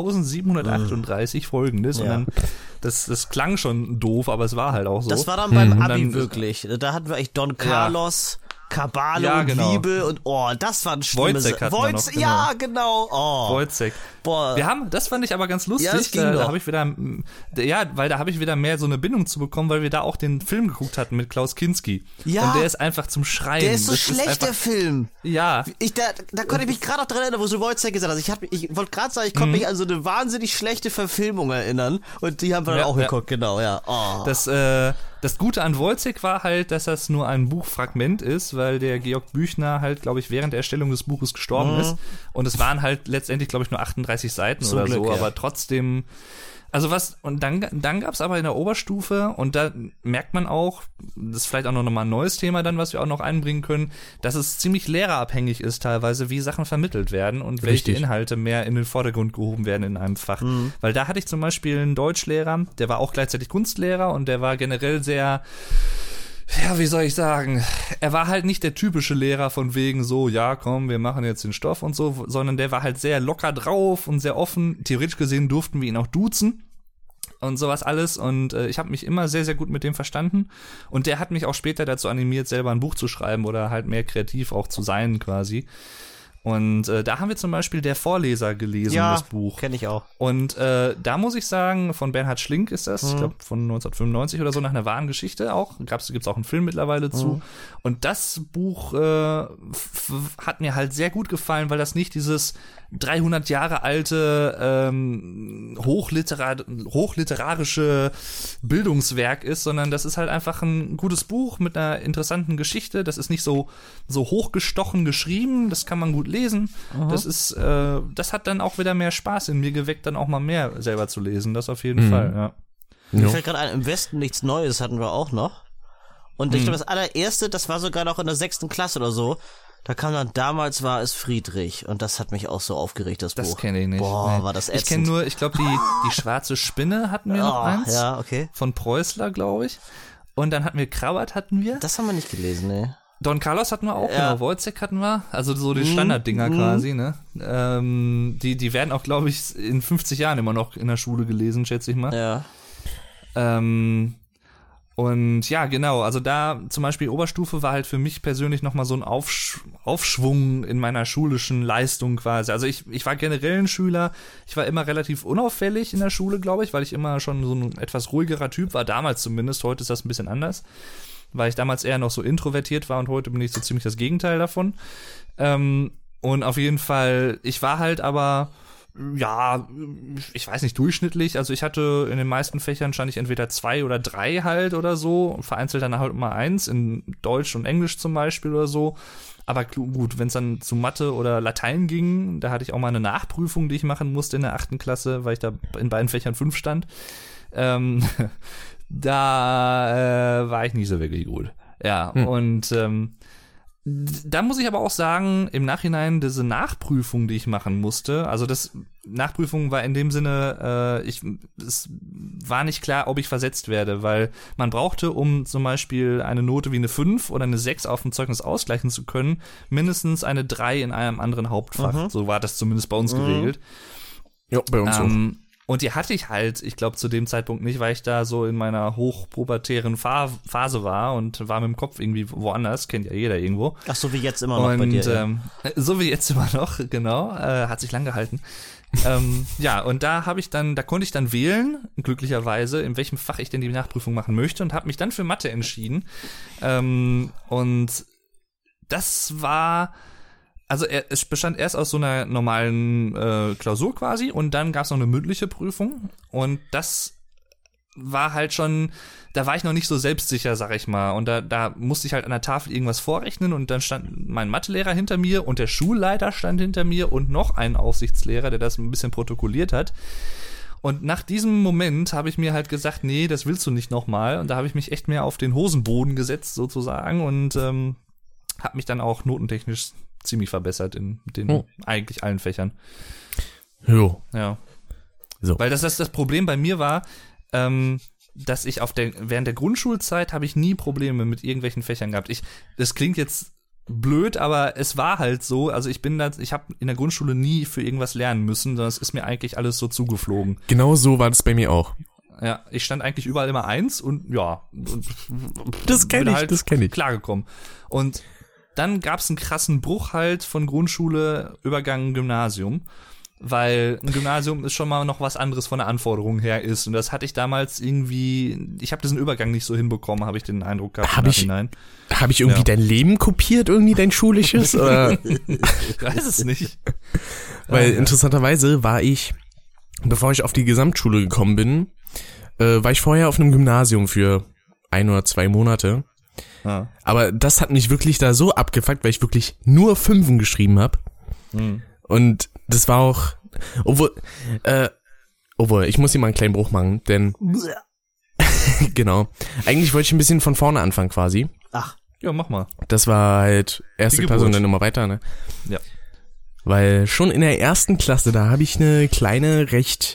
5738 Folgendes, und dann das klang schon doof, aber es war halt auch so. Das war dann beim Abi wirklich. Da hatten wir echt Don Carlos Kabale und Liebe und das waren schlimme Sachen. Wojciech, ja, genau. Wojciech. Boah. Das fand ich aber ganz lustig. Ja, das ging da habe ich wieder, weil da habe ich wieder mehr so eine Bindung zu bekommen, weil wir da auch den Film geguckt hatten mit Klaus Kinski. Ja. Und der ist einfach zum Schreien. Der ist so schlecht, der Film. Ja. Da konnte ich mich gerade noch dran erinnern, wo du Wojciech gesagt hast. Ich wollte gerade sagen, ich konnte mich an so eine wahnsinnig schlechte Verfilmung erinnern. Und die haben wir dann auch geguckt, genau, ja. Oh. Das Gute an Wojciech war halt, dass das nur ein Buchfragment ist, weil der Georg Büchner halt, glaube ich, während der Erstellung des Buches gestorben ist. Und es waren halt letztendlich, glaube ich, nur 38 Seiten oder Glück, so, aber trotzdem, und dann gab's aber in der Oberstufe, und da merkt man auch, das ist vielleicht auch noch mal ein neues Thema dann, was wir auch noch einbringen können, dass es ziemlich lehrerabhängig ist teilweise, wie Sachen vermittelt werden und welche Inhalte mehr in den Vordergrund gehoben werden in einem Fach. Weil da hatte ich zum Beispiel einen Deutschlehrer, der war auch gleichzeitig Kunstlehrer und der war generell sehr, ja, wie soll ich sagen, er war halt nicht der typische Lehrer von wegen so, ja komm, wir machen jetzt den Stoff und so, sondern der war halt sehr locker drauf und sehr offen. Theoretisch gesehen durften wir ihn auch duzen und sowas alles, und ich habe mich immer sehr, sehr gut mit dem verstanden, und der hat mich auch später dazu animiert, selber ein Buch zu schreiben oder halt mehr kreativ auch zu sein quasi. Und da haben wir zum Beispiel Der Vorleser gelesen, das Buch. Ja, kenne ich auch. Und da muss ich sagen, von Bernhard Schlink ist das, ich glaube von 1995 oder so, nach einer wahren Geschichte auch. Gibt's auch einen Film mittlerweile zu. Und das Buch hat mir halt sehr gut gefallen, weil das nicht dieses 300 Jahre alte hochliterarische Bildungswerk ist, sondern das ist halt einfach ein gutes Buch mit einer interessanten Geschichte. Das ist nicht so hochgestochen geschrieben, das kann man gut lesen. Das hat dann auch wieder mehr Spaß in mir geweckt, dann auch mal mehr selber zu lesen. Das auf jeden Fall, ja. Mir fällt gerade ein, Im Westen nichts Neues hatten wir auch noch. Und ich glaube, das allererste, das war sogar noch in der 6. Klasse oder so. Da kam dann, damals war es Friedrich, und das hat mich auch so aufgeregt, das Buch. Das kenne ich nicht. Boah, war das ätzend. Ich kenne nur, ich glaube, die schwarze Spinne hatten wir noch eins. Ja, okay. Von Preußler, glaube ich. Und dann hatten wir Krabbert, Das haben wir nicht gelesen, ne. Don Carlos hatten wir auch, genau, Wojciech hatten wir, also so die Standarddinger quasi, ne. Die werden auch, glaube ich, in 50 Jahren immer noch in der Schule gelesen, schätze ich mal. Ja. Und ja, genau, also da zum Beispiel Oberstufe war halt für mich persönlich nochmal so ein Aufschwung in meiner schulischen Leistung quasi. Also ich war generell ein Schüler, ich war immer relativ unauffällig in der Schule, glaube ich, weil ich immer schon so ein etwas ruhigerer Typ war, damals zumindest, heute ist das ein bisschen anders, weil ich damals eher noch so introvertiert war und heute bin ich so ziemlich das Gegenteil davon. Und auf jeden Fall, ich war halt aber, ja, ich weiß nicht, durchschnittlich. Also ich hatte in den meisten Fächern stand ich entweder 2 oder 3 halt oder so, vereinzelt dann halt mal 1 in Deutsch und Englisch zum Beispiel oder so. Aber gut, wenn es dann zu Mathe oder Latein ging, da hatte ich auch mal eine Nachprüfung, die ich machen musste in der 8. Klasse, weil ich da in beiden Fächern 5 stand. Da war ich nicht so wirklich gut. Ja, und da muss ich aber auch sagen, im Nachhinein diese Nachprüfung, die ich machen musste, also das Nachprüfung war in dem Sinne, es war nicht klar, ob ich versetzt werde, weil man brauchte, um zum Beispiel eine Note wie eine 5 oder eine 6 auf dem Zeugnis ausgleichen zu können, mindestens eine 3 in einem anderen Hauptfach. So war das zumindest bei uns geregelt. Ja, bei uns auch. Und die hatte ich halt, ich glaube, zu dem Zeitpunkt nicht, weil ich da so in meiner hochpubertären Phase war und war mit dem Kopf irgendwie woanders, kennt ja jeder irgendwo. Ach, so wie jetzt immer noch bei dir. So wie jetzt immer noch, genau, hat sich lang gehalten. Ja, und da konnte ich dann wählen, glücklicherweise, in welchem Fach ich denn die Nachprüfung machen möchte, und habe mich dann für Mathe entschieden. Und das war... Also es bestand erst aus so einer normalen Klausur quasi, und dann gab es noch eine mündliche Prüfung, und das war halt schon, da war ich noch nicht so selbstsicher, sag ich mal, und da musste ich halt an der Tafel irgendwas vorrechnen, und dann stand mein Mathelehrer hinter mir und der Schulleiter stand hinter mir und noch ein Aufsichtslehrer, der das ein bisschen protokolliert hat. Und nach diesem Moment habe ich mir halt gesagt, nee, das willst du nicht nochmal, und da habe ich mich echt mehr auf den Hosenboden gesetzt sozusagen und habe mich dann auch notentechnisch ziemlich verbessert in den eigentlich allen Fächern. Jo. Ja. So. Weil das Problem bei mir war, dass ich während der Grundschulzeit habe ich nie Probleme mit irgendwelchen Fächern gehabt. Das klingt jetzt blöd, aber es war halt so, also ich habe in der Grundschule nie für irgendwas lernen müssen, sondern es ist mir eigentlich alles so zugeflogen. Genau so war das bei mir auch. Ja, ich stand eigentlich überall immer 1 und ja. Das kenne ich. Klargekommen. Und dann gab's einen krassen Bruch halt von Grundschule, Übergang Gymnasium. Weil ein Gymnasium ist schon mal noch was anderes von der Anforderung her ist. Und das hatte ich damals irgendwie, ich habe diesen Übergang nicht so hinbekommen, habe ich den Eindruck gehabt im Nachhinein. Habe ich irgendwie dein Leben kopiert, irgendwie dein schulisches? Oder? Ich weiß es nicht. Weil interessanterweise war ich, bevor ich auf die Gesamtschule gekommen bin, war ich vorher auf einem Gymnasium für 1 oder 2 Monate. Ah. Aber das hat mich wirklich da so abgefuckt, weil ich wirklich nur 5 geschrieben habe. Und das war auch, obwohl, ich muss hier mal einen kleinen Bruch machen, denn, genau, eigentlich wollte ich ein bisschen von vorne anfangen quasi. Ach. Ja, mach mal. Das war halt erste Klasse und dann immer weiter, ne? Ja. Weil schon in der 1. Klasse, da habe ich eine kleine, recht,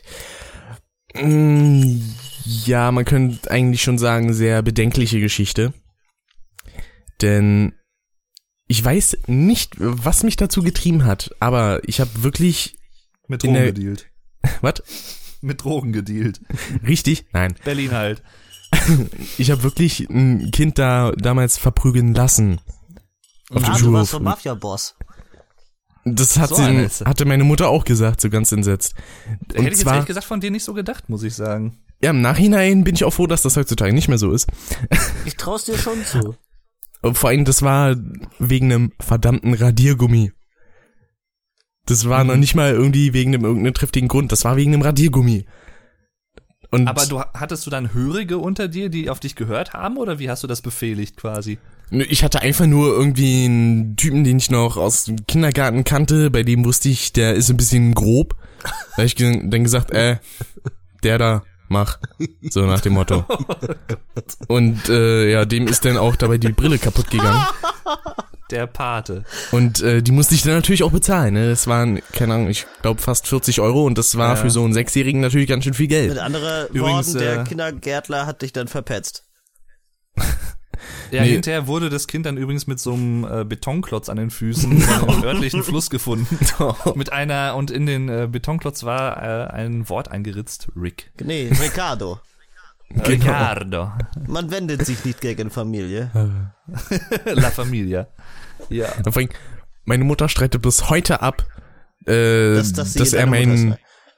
ja, man könnte eigentlich schon sagen, sehr bedenkliche Geschichte. Denn ich weiß nicht, was mich dazu getrieben hat, aber ich habe wirklich... Mit Drogen gedealt. Was? Mit Drogen gedealt. Richtig? Nein. Berlin halt. Ich habe wirklich ein Kind damals verprügeln lassen. Auf dem du Schulhof. warst so ein Mafia-Boss. Das hatte meine Mutter auch gesagt, so ganz entsetzt. Hätte ich jetzt ehrlich gesagt von dir nicht so gedacht, muss ich sagen. Ja, im Nachhinein bin ich auch froh, dass das heutzutage nicht mehr so ist. Ich trau's dir schon zu. Und vor allem, das war wegen einem verdammten Radiergummi. Das war noch nicht mal irgendwie wegen irgendeinem triftigen Grund. Das war wegen einem Radiergummi. Und aber hattest du dann Hörige unter dir, die auf dich gehört haben, oder wie hast du das befehligt quasi? Ich hatte einfach nur irgendwie einen Typen, den ich noch aus dem Kindergarten kannte, bei dem wusste ich, der ist ein bisschen grob. Da hab ich dann gesagt, der da, mach. So nach dem Motto. Und dem ist dann auch dabei die Brille kaputt gegangen. Der Pate. Und die musste ich dann natürlich auch bezahlen. Ne? Das waren, keine Ahnung, ich glaube fast 40 € und das war für so einen 6-Jährigen natürlich ganz schön viel Geld. Mit anderen Worten, der Kindergärtler hat dich dann verpetzt. Ja, hinterher wurde das Kind dann übrigens mit so einem Betonklotz an den Füßen in einem örtlichen Fluss gefunden. Und in den Betonklotz war ein Wort eingeritzt, Rick. Nee, Ricardo. Ricardo. Man wendet sich nicht gegen Familie. La Familia. Ja. Vor allem, meine Mutter streitet bis heute ab, dass er meinen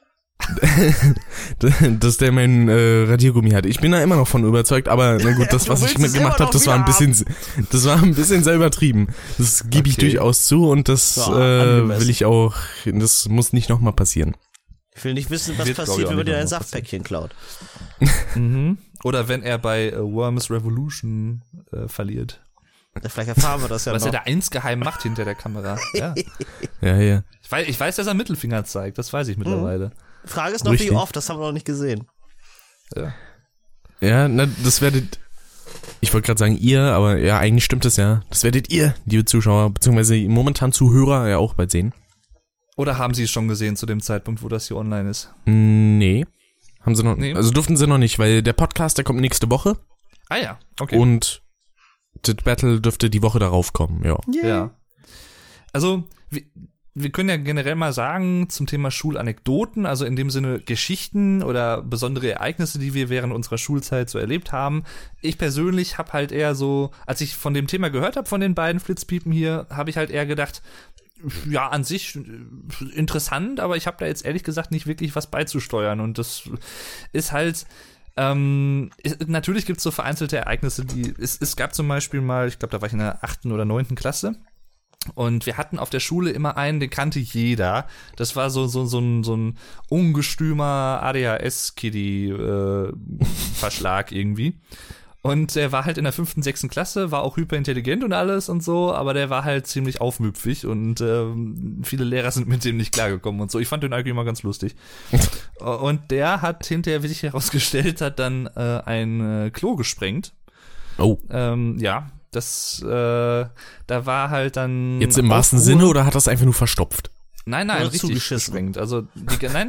dass der mein Radiergummi hat. Ich bin da immer noch von überzeugt, aber na gut, das, was ich mitgemacht habe, das war ein bisschen sehr übertrieben. Das gebe ich durchaus zu und das will ich auch, das muss nicht nochmal passieren. Ich will nicht wissen, was passiert, wenn man dir ein Saftpäckchen klaut. Oder wenn er bei Worms Revolution verliert. Vielleicht erfahren wir das ja was noch. Er da insgeheim macht hinter der Kamera. Ja. Ja. Ich weiß, dass er Mittelfinger zeigt, das weiß ich mittlerweile. Frage ist noch, wie oft, das haben wir noch nicht gesehen. Ja, das werdet, ich wollte gerade sagen ihr, aber ja, eigentlich stimmt es ja. Das werdet ihr, liebe Zuschauer, beziehungsweise momentan Zuhörer, ja auch bald sehen. Oder haben sie es schon gesehen zu dem Zeitpunkt, wo das hier online ist? Nee. Haben sie noch, also durften sie noch nicht, weil der Podcast, der kommt nächste Woche. Ah ja, okay. Und das Battle dürfte die Woche darauf kommen, ja. Yeah. Ja. Also, wir können ja generell mal sagen zum Thema Schulanekdoten, also in dem Sinne Geschichten oder besondere Ereignisse, die wir während unserer Schulzeit so erlebt haben. Ich persönlich habe halt eher so, als ich von dem Thema gehört habe, von den beiden Flitzpiepen hier, habe ich halt eher gedacht, ja, an sich interessant, aber ich habe da jetzt ehrlich gesagt nicht wirklich was beizusteuern und das ist halt natürlich gibt es so vereinzelte Ereignisse, es gab zum Beispiel mal, ich glaube, da war ich in der 8. oder 9. Klasse und wir hatten auf der Schule immer einen, den kannte jeder. Das war so ein ungestümer ADHS-Kiddie-Verschlag irgendwie. Und der war halt in der 5., 6. Klasse, war auch hyperintelligent und alles und so, aber der war halt ziemlich aufmüpfig und viele Lehrer sind mit dem nicht klargekommen und so. Ich fand den eigentlich immer ganz lustig. Und der hat hinterher, wie sich herausgestellt hat, dann ein Klo gesprengt. Oh. Ja, da war halt dann... Jetzt im wahrsten Sinne oder hat das einfach nur verstopft? Nein, richtig gesprengt. Also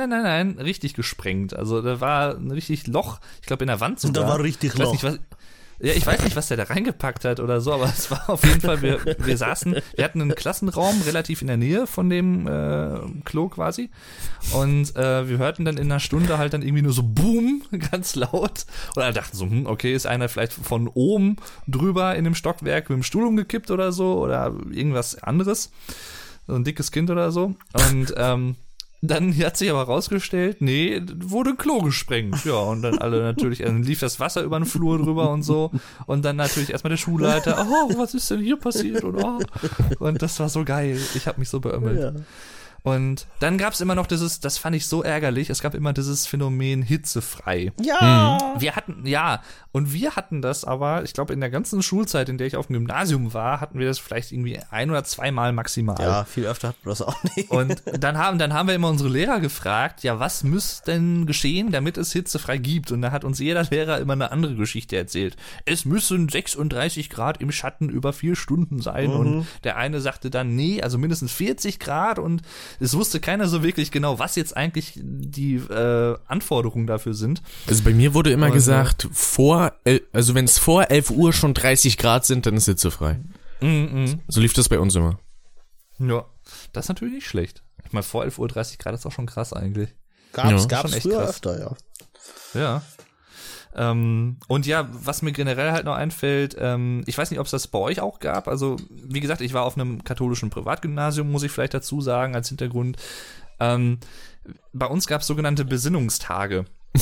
nein, richtig gesprengt. Also da war ein richtig Loch, ich glaube in der Wand sogar. Und da war richtig Loch. Ja, ich weiß nicht, was der da reingepackt hat oder so, aber es war auf jeden Fall, wir hatten einen Klassenraum relativ in der Nähe von dem Klo quasi und wir hörten dann in einer Stunde halt dann irgendwie nur so Boom, ganz laut und dann dachten so, okay, ist einer vielleicht von oben drüber in dem Stockwerk mit dem Stuhl umgekippt oder so oder irgendwas anderes, so ein dickes Kind oder so und dann hat sich aber rausgestellt, nee, wurde ein Klo gesprengt. Ja, und dann alle natürlich, dann lief das Wasser über den Flur drüber und so. Und dann natürlich erstmal der Schulleiter, was ist denn hier passiert? Und das war so geil. Ich habe mich so beömmelt. Ja. Und dann gab es immer noch das fand ich so ärgerlich, es gab immer dieses Phänomen hitzefrei. Ja! Wir hatten das aber, ich glaube in der ganzen Schulzeit, in der ich auf dem Gymnasium war, hatten wir das vielleicht irgendwie 1 oder 2 Mal maximal. Ja, viel öfter hatten wir das auch nicht. Und dann haben wir immer unsere Lehrer gefragt, ja, was muss denn geschehen, damit es hitzefrei gibt? Und da hat uns jeder Lehrer immer eine andere Geschichte erzählt. Es müssen 36 Grad im Schatten über 4 Stunden sein. Und der eine sagte dann, nee, also mindestens 40 Grad und es wusste keiner so wirklich genau, was jetzt eigentlich die Anforderungen dafür sind. Also bei mir wurde immer gesagt, wenn es vor 11 Uhr schon 30 Grad sind, dann ist hitzefrei. So lief das bei uns immer. Ja, das ist natürlich nicht schlecht. Ich meine, vor 11 Uhr 30 Grad ist auch schon krass eigentlich. Gab's früher öfter, ja. Ja. Und ja, was mir generell halt noch einfällt, ich weiß nicht, ob es das bei euch auch gab, also wie gesagt, ich war auf einem katholischen Privatgymnasium, muss ich vielleicht dazu sagen, als Hintergrund. Bei uns gab es sogenannte Besinnungstage.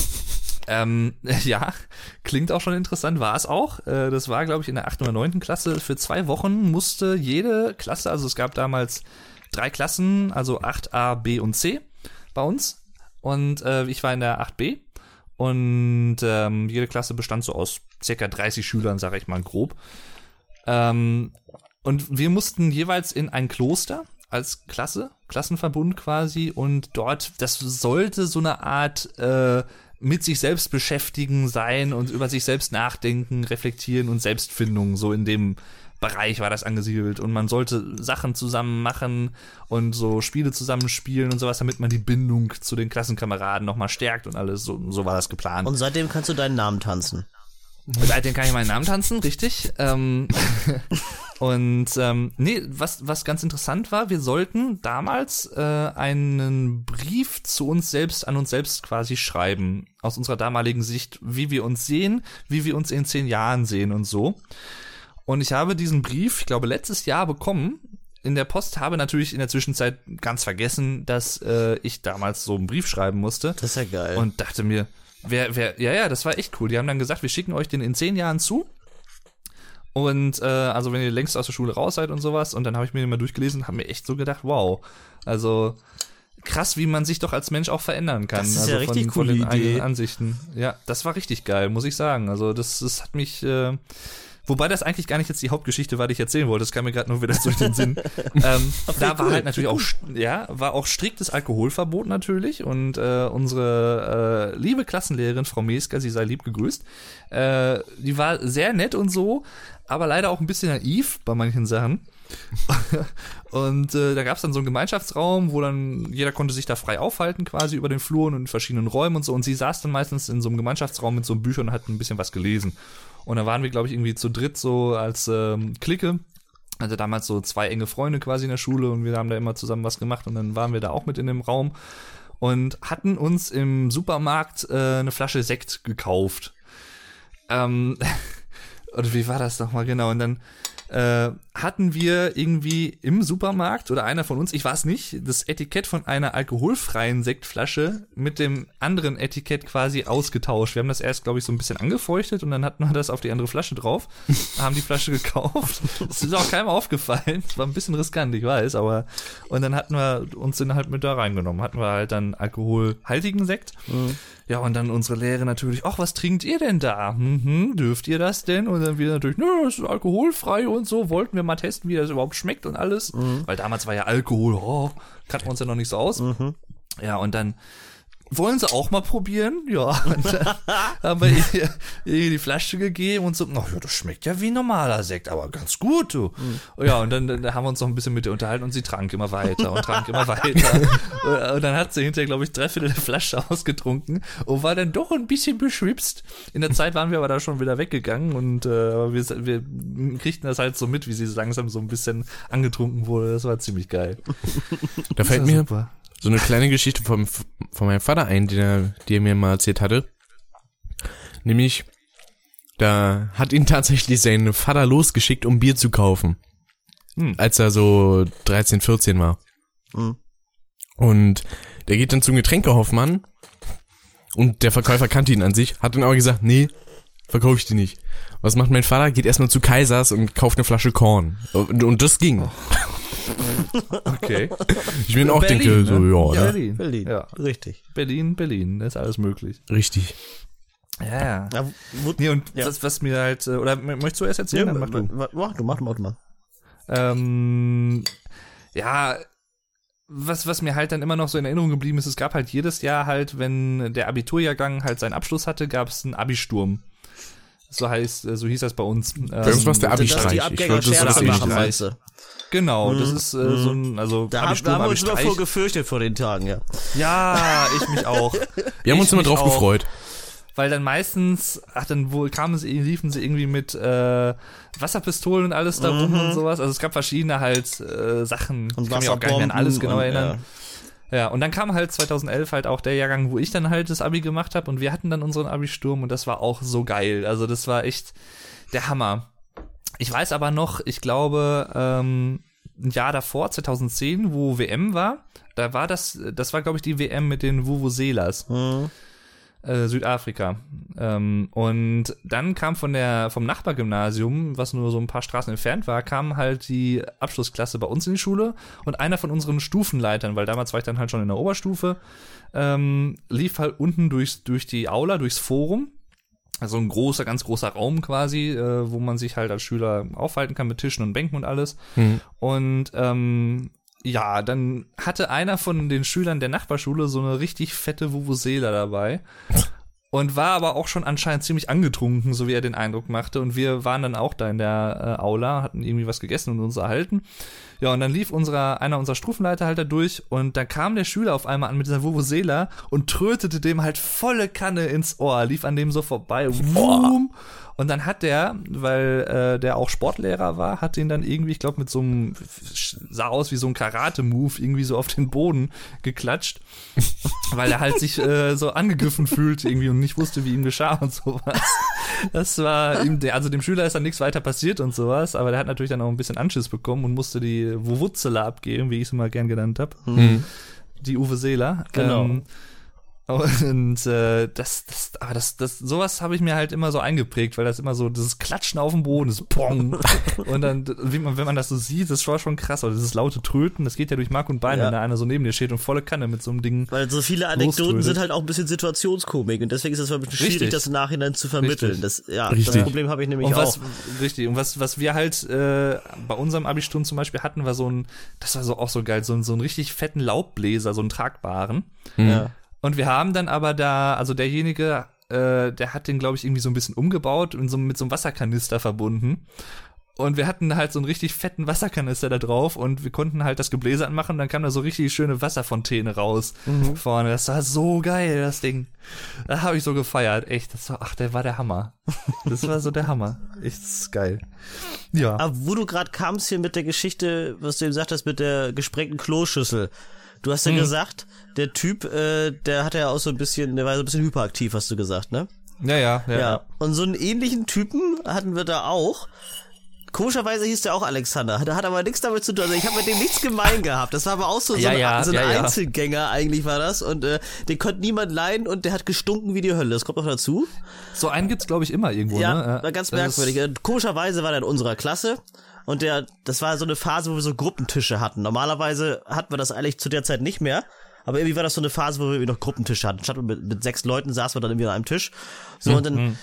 Ja, klingt auch schon interessant, war es auch. Das war, glaube ich, in der 8. oder 9. Klasse. Für 2 Wochen musste jede Klasse, also es gab damals 3 Klassen, also 8a, B und C bei uns. Und ich war in der 8b. Und jede Klasse bestand so aus circa 30 Schülern, sage ich mal grob. Und wir mussten jeweils in ein Kloster als Klassenverbund quasi. Und dort, das sollte so eine Art mit sich selbst beschäftigen sein und über sich selbst nachdenken, reflektieren und Selbstfindung, so in dem Bereich war das angesiedelt und man sollte Sachen zusammen machen und so Spiele zusammen spielen und sowas, damit man die Bindung zu den Klassenkameraden nochmal stärkt und alles, so war das geplant. Und seitdem kannst du deinen Namen tanzen. Seitdem kann ich meinen Namen tanzen, richtig. Nee, was ganz interessant war, wir sollten damals einen Brief zu uns selbst, an uns selbst quasi schreiben, aus unserer damaligen Sicht, wie wir uns sehen, wie wir uns in 10 Jahren sehen und so. Und ich habe diesen Brief, ich glaube, letztes Jahr bekommen in der Post, habe natürlich in der Zwischenzeit ganz vergessen, dass ich damals so einen Brief schreiben musste. Das ist ja geil. Und dachte mir, ja, das war echt cool. Die haben dann gesagt, wir schicken euch den in 10 Jahren zu. Und also wenn ihr längst aus der Schule raus seid und sowas. Und dann habe ich mir den mal durchgelesen und habe mir echt so gedacht, wow, also krass, wie man sich doch als Mensch auch verändern kann. Das ist also ja richtig coole von den Idee. eigenen Ansichten. Ja, das war richtig geil, muss ich sagen. Also das hat mich... Wobei das eigentlich gar nicht jetzt die Hauptgeschichte war, die ich erzählen wollte. Das kam mir gerade nur wieder durch den Sinn. Da war halt natürlich auch, war auch striktes Alkoholverbot natürlich. Und unsere liebe Klassenlehrerin, Frau Mesker, sie sei lieb gegrüßt, die war sehr nett und so, aber leider auch ein bisschen naiv bei manchen Sachen. Und da gab es dann so einen Gemeinschaftsraum, wo dann jeder konnte sich da frei aufhalten quasi über den Fluren und in verschiedenen Räumen und so. Und sie saß dann meistens in so einem Gemeinschaftsraum mit so einem Bücher und hat ein bisschen was gelesen. Und da waren wir, glaube ich, irgendwie zu dritt so als Clique. Also damals so 2 enge Freunde quasi in der Schule und wir haben da immer zusammen was gemacht und dann waren wir da auch mit in dem Raum und hatten uns im Supermarkt eine Flasche Sekt gekauft. Oder wie war das nochmal genau? Und dann hatten wir irgendwie im Supermarkt oder einer von uns, ich weiß nicht, das Etikett von einer alkoholfreien Sektflasche mit dem anderen Etikett quasi ausgetauscht. Wir haben das erst, glaube ich, so ein bisschen angefeuchtet und dann hatten wir das auf die andere Flasche drauf, haben die Flasche gekauft. Das ist auch keinem aufgefallen. Das war ein bisschen riskant, ich weiß, aber und dann hatten wir uns den halt mit da reingenommen. Hatten wir halt dann alkoholhaltigen Sekt. Mhm. Ja, und dann unsere Lehre natürlich, ach, was trinkt ihr denn da? Dürft ihr das denn? Und dann wir natürlich, nö, das ist alkoholfrei und so, wollten wir mal testen, wie das überhaupt schmeckt und alles. Weil damals war ja Alkohol, kannten wir uns ja noch nicht so aus. Ja, und dann wollen Sie auch mal probieren? Ja. Und dann haben wir ihr die Flasche gegeben und so, ach ja, das schmeckt ja wie normaler Sekt, aber ganz gut, du. Ja, und dann haben wir uns noch ein bisschen mit ihr unterhalten und sie trank immer weiter und trank immer weiter. Und dann hat sie hinterher, glaube ich, 3/4 der Flasche ausgetrunken und war dann doch ein bisschen beschwipst. In der Zeit waren wir aber da schon wieder weggegangen und wir kriegten das halt so mit, wie sie langsam so ein bisschen angetrunken wurde. Das war ziemlich geil. Da fällt mir so eine kleine Geschichte von meinem Vater ein, die er mir mal erzählt hatte. Nämlich, da hat ihn tatsächlich sein Vater losgeschickt, um Bier zu kaufen. Als er so 13, 14 war. Und der geht dann zum Getränkehoffmann und der Verkäufer kannte ihn an sich, hat dann aber gesagt, nee, verkaufe ich die nicht. Was macht mein Vater? Geht erstmal zu Kaisers und kauft eine Flasche Korn. Und das ging. Okay. Ich bin auch Berlin, denke, ne? so, ja, Berlin. Ja. Richtig. Berlin, da ist alles möglich. Richtig. Ja. Nee, und was mir halt, oder möchtest du erst erzählen? Ja, Dann mach du. mach mal. Ja, was mir halt dann immer noch so in Erinnerung geblieben ist, es gab halt jedes Jahr halt, wenn der Abiturjahrgang halt seinen Abschluss hatte, gab es einen Abi-Sturm. So hieß das bei uns. Das war der Abi-Streich. Die Abgänger Scherze machen, weißt du. Genau, das ist so ein, also da haben wir uns immer vor gefürchtet vor den Tagen, ja. Ja, ich mich auch. Wir haben uns immer drauf gefreut. Weil dann meistens, liefen sie irgendwie mit Wasserpistolen und alles da rum und sowas. Also es gab verschiedene halt Sachen. Und ich kann mich auch gar nicht mehr an alles genau erinnern. Ja. Ja, und dann kam halt 2011 halt auch der Jahrgang, wo ich dann halt das Abi gemacht habe und wir hatten dann unseren Abi-Sturm und das war auch so geil. Also das war echt der Hammer. Ich weiß aber noch, ich glaube, ein Jahr davor, 2010, wo WM war, da war das war, glaube ich, die WM mit den Vuvuzelas. Südafrika. Und dann kam vom Nachbargymnasium, was nur so ein paar Straßen entfernt war, kam halt die Abschlussklasse bei uns in die Schule und einer von unseren Stufenleitern, weil damals war ich dann halt schon in der Oberstufe, lief halt unten durch die Aula, durchs Forum. Also ein ganz großer Raum quasi, wo man sich halt als Schüler aufhalten kann mit Tischen und Bänken und alles. Und ja, dann hatte einer von den Schülern der Nachbarschule so eine richtig fette Vuvuzela dabei und war aber auch schon anscheinend ziemlich angetrunken, so wie er den Eindruck machte. Und wir waren dann auch da in der Aula, hatten irgendwie was gegessen und uns erhalten. Ja, und dann lief einer unserer Stufenleiter halt da durch und da kam der Schüler auf einmal an mit dieser Vuvuzela und trötete dem halt volle Kanne ins Ohr, lief an dem so vorbei. Wum. Und dann hat der, weil der auch Sportlehrer war, hat den dann irgendwie, ich glaube mit so einem, sah aus wie so ein Karate-Move, irgendwie so auf den Boden geklatscht, weil er halt sich so angegriffen fühlte irgendwie und nicht wusste, wie ihm geschah und sowas. Das war ihm, also dem Schüler ist dann nichts weiter passiert und sowas, aber der hat natürlich dann auch ein bisschen Anschiss bekommen und musste die Vuvuzela abgeben, wie ich es mal gern genannt habe. Die Vuvuzela. Genau. Und sowas habe ich mir halt immer so eingeprägt, weil das immer so dieses Klatschen auf dem Boden ist, Pong. Und dann, wenn man das so sieht, das war schon krass. Oder dieses laute Tröten, das geht ja durch Mark und Bein, wenn da einer so neben dir steht und volle Kanne mit so einem Ding. Weil so viele Anekdoten sind halt auch ein bisschen Situationskomik und deswegen ist es ein bisschen schwierig, das im Nachhinein zu vermitteln. Das Problem habe ich nämlich auch. Richtig. Und was wir halt bei unserem Abi-Sturm zum Beispiel hatten, war das war so auch so geil, so einen richtig fetten Laubbläser, so einen tragbaren. Ja. Und wir haben dann aber also derjenige, der hat den, glaube ich, irgendwie so ein bisschen umgebaut und mit so einem Wasserkanister verbunden. Und wir hatten halt so einen richtig fetten Wasserkanister da drauf und wir konnten halt das Gebläse anmachen und dann kam da so richtig schöne Wasserfontäne raus vorne. Das war so geil, das Ding. Da habe ich so gefeiert, echt. Der war der Hammer. Das war so der Hammer. Echt geil. Ja. Aber wo du gerade kamst hier mit der Geschichte, was du eben sagtest, mit der gesprengten Kloschüssel. Du hast ja gesagt, der Typ, der war so ein bisschen hyperaktiv, hast du gesagt, ne? Ja. Und so einen ähnlichen Typen hatten wir da auch. Komischerweise hieß der auch Alexander. Der hat aber nichts damit zu tun. Also ich habe mit dem nichts gemein gehabt. Das war aber auch so ein Einzelgänger eigentlich war das. Und den konnte niemand leiden und der hat gestunken wie die Hölle. Das kommt noch dazu. So einen gibt's, glaube ich, immer irgendwo, ja, ne? War ganz merkwürdig. Komischerweise war der in unserer Klasse. Und das war so eine Phase, wo wir so Gruppentische hatten. Normalerweise hatten wir das eigentlich zu der Zeit nicht mehr. Aber irgendwie war das so eine Phase, wo wir noch Gruppentische hatten. Statt mit 6 Leuten saßen wir dann irgendwie an einem Tisch. So, und dann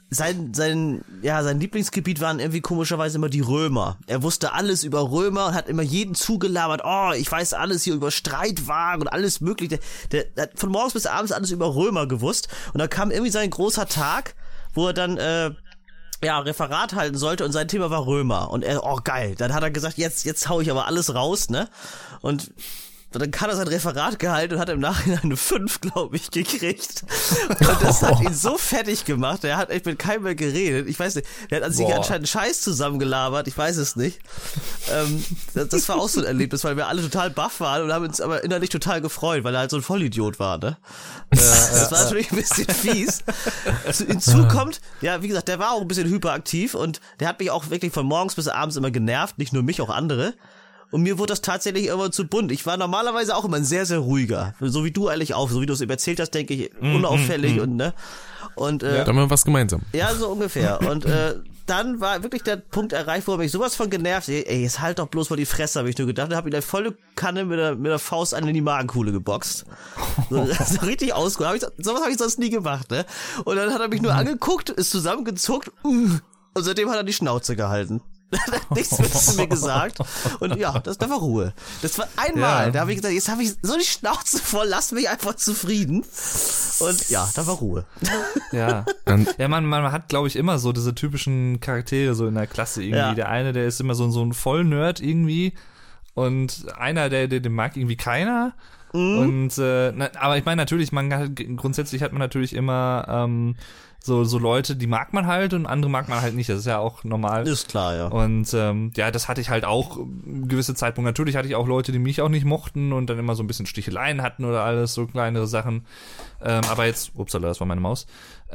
sein Lieblingsgebiet waren irgendwie komischerweise immer die Römer. Er wusste alles über Römer und hat immer jeden zugelabert. Oh, ich weiß alles hier über Streitwagen und alles mögliche. Der hat von morgens bis abends alles über Römer gewusst. Und da kam irgendwie sein großer Tag, wo er dann Referat halten sollte und sein Thema war Römer. Und er, oh geil, dann hat er gesagt, jetzt hau ich aber alles raus, ne? Und dann hat er sein Referat gehalten und hat im Nachhinein eine 5, glaube ich, gekriegt. Und das hat ihn so fertig gemacht, er hat echt mit keinem mehr geredet. Ich weiß nicht, der hat an sich anscheinend Scheiß zusammengelabert, ich weiß es nicht. Das war auch so ein Erlebnis, weil wir alle total baff waren und haben uns aber innerlich total gefreut, weil er halt so ein Vollidiot war, ne? Das war natürlich ein bisschen fies. Hinzu kommt, ja, wie gesagt, der war auch ein bisschen hyperaktiv und der hat mich auch wirklich von morgens bis abends immer genervt, nicht nur mich, auch andere. Und mir wurde das tatsächlich immer zu bunt. Ich war normalerweise auch immer ein sehr, sehr ruhiger. So wie du eigentlich auch. So wie du es eben erzählt hast, denke ich, unauffällig und, ne? Und, da haben wir was gemeinsam. Ja, so ungefähr. Und, dann war wirklich der Punkt erreicht, wo er mich sowas von genervt. Ey, jetzt halt doch bloß mal die Fresse, habe ich nur gedacht. Und hab ihn eine volle Kanne mit der Faust an in die Magenkuhle geboxt. So richtig ausgeholt. Sowas habe ich sonst nie gemacht, ne? Und dann hat er mich nur angeguckt, ist zusammengezuckt, und seitdem hat er die Schnauze gehalten. Nichts mehr zu mir gesagt. Und ja, da war Ruhe. Das war einmal, da habe ich gesagt, jetzt habe ich so die Schnauze voll, lass mich einfach zufrieden. Und ja, da war Ruhe. Ja. Ja, man hat, glaube ich, immer so diese typischen Charaktere so in der Klasse irgendwie. Ja. Der eine, der ist immer so ein Vollnerd irgendwie. Und einer, den mag irgendwie keiner. Und aber ich meine natürlich, grundsätzlich hat man natürlich immer so Leute, die mag man halt und andere mag man halt nicht. Das ist ja auch normal. Ist klar, ja. Und das hatte ich halt auch gewisse Zeitpunkte. Natürlich hatte ich auch Leute, die mich auch nicht mochten und dann immer so ein bisschen Sticheleien hatten oder alles, so kleinere Sachen. Aber jetzt, upsala, das war meine Maus.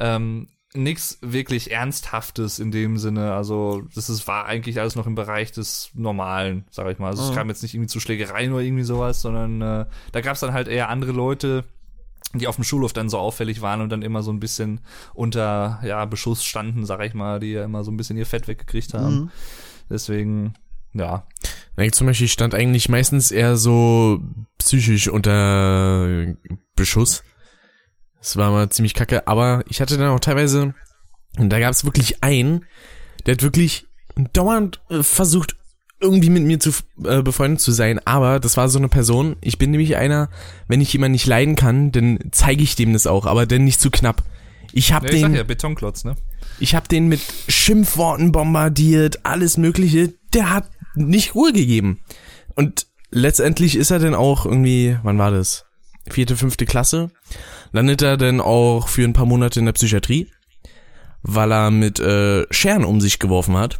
Nix wirklich Ernsthaftes in dem Sinne. Also war eigentlich alles noch im Bereich des Normalen, sag ich mal. Also es kam jetzt nicht irgendwie zu Schlägereien oder irgendwie sowas, sondern da gab's dann halt eher andere Leute, die auf dem Schulhof dann so auffällig waren und dann immer so ein bisschen unter Beschuss standen, sag ich mal, die ja immer so ein bisschen ihr Fett weggekriegt haben. Deswegen, ja. Ich zum Beispiel stand eigentlich meistens eher so psychisch unter Beschuss. Das war mal ziemlich kacke, aber ich hatte dann auch teilweise, und da gab es wirklich einen, der hat wirklich dauernd versucht, irgendwie mit mir zu befreundet zu sein, aber das war so eine Person, ich bin nämlich einer, wenn ich jemanden nicht leiden kann, dann zeige ich dem das auch, aber dann nicht zu knapp. Ich sag ja, Betonklotz, ne? Ich hab den mit Schimpfworten bombardiert, alles mögliche, der hat nicht Ruhe gegeben. Und letztendlich ist er dann auch irgendwie, wann war das? 4., 5. Klasse, landet er dann auch für ein paar Monate in der Psychiatrie, weil er mit Scheren um sich geworfen hat.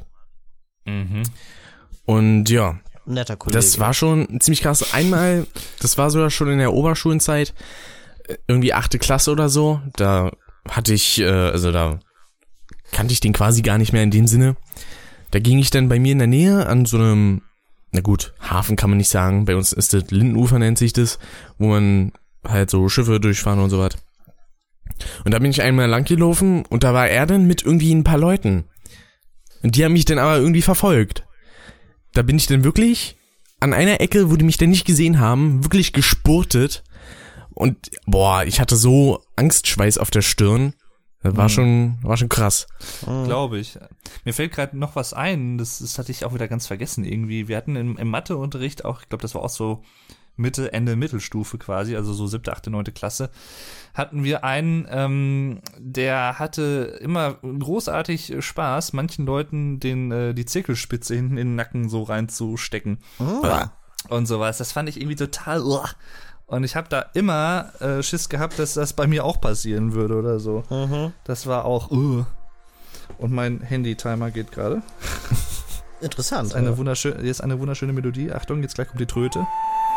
Und ja, netter Kollege. Das war schon ziemlich krass. Einmal, das war sogar schon in der Oberschulenzeit, irgendwie 8. Klasse oder so, da hatte ich, da kannte ich den quasi gar nicht mehr in dem Sinne. Da ging ich dann bei mir in der Nähe an so einem, na gut, Hafen kann man nicht sagen, bei uns ist das Lindenufer, nennt sich das, wo man halt so Schiffe durchfahren und so was. Und da bin ich einmal lang gelaufen und da war er dann mit irgendwie ein paar Leuten. Und die haben mich dann aber irgendwie verfolgt. Da bin ich dann wirklich an einer Ecke, wo die mich dann nicht gesehen haben, wirklich gespurtet. Und ich hatte so Angstschweiß auf der Stirn. Das war schon krass. Glaube ich. Mir fällt gerade noch was ein, das hatte ich auch wieder ganz vergessen irgendwie. Wir hatten im Matheunterricht auch, ich glaube, das war auch so Ende Mittelstufe quasi, also so 7., 8., 9. Klasse, hatten wir einen, der hatte immer großartig Spaß, manchen Leuten die Zirkelspitze hinten in den Nacken so reinzustecken. Und sowas. Das fand ich irgendwie total. Und ich habe da immer Schiss gehabt, dass das bei mir auch passieren würde oder so. Das war auch. Und mein Handy-Timer geht gerade. Interessant. Hier ist eine wunderschöne Melodie. Achtung, jetzt gleich kommt die Tröte.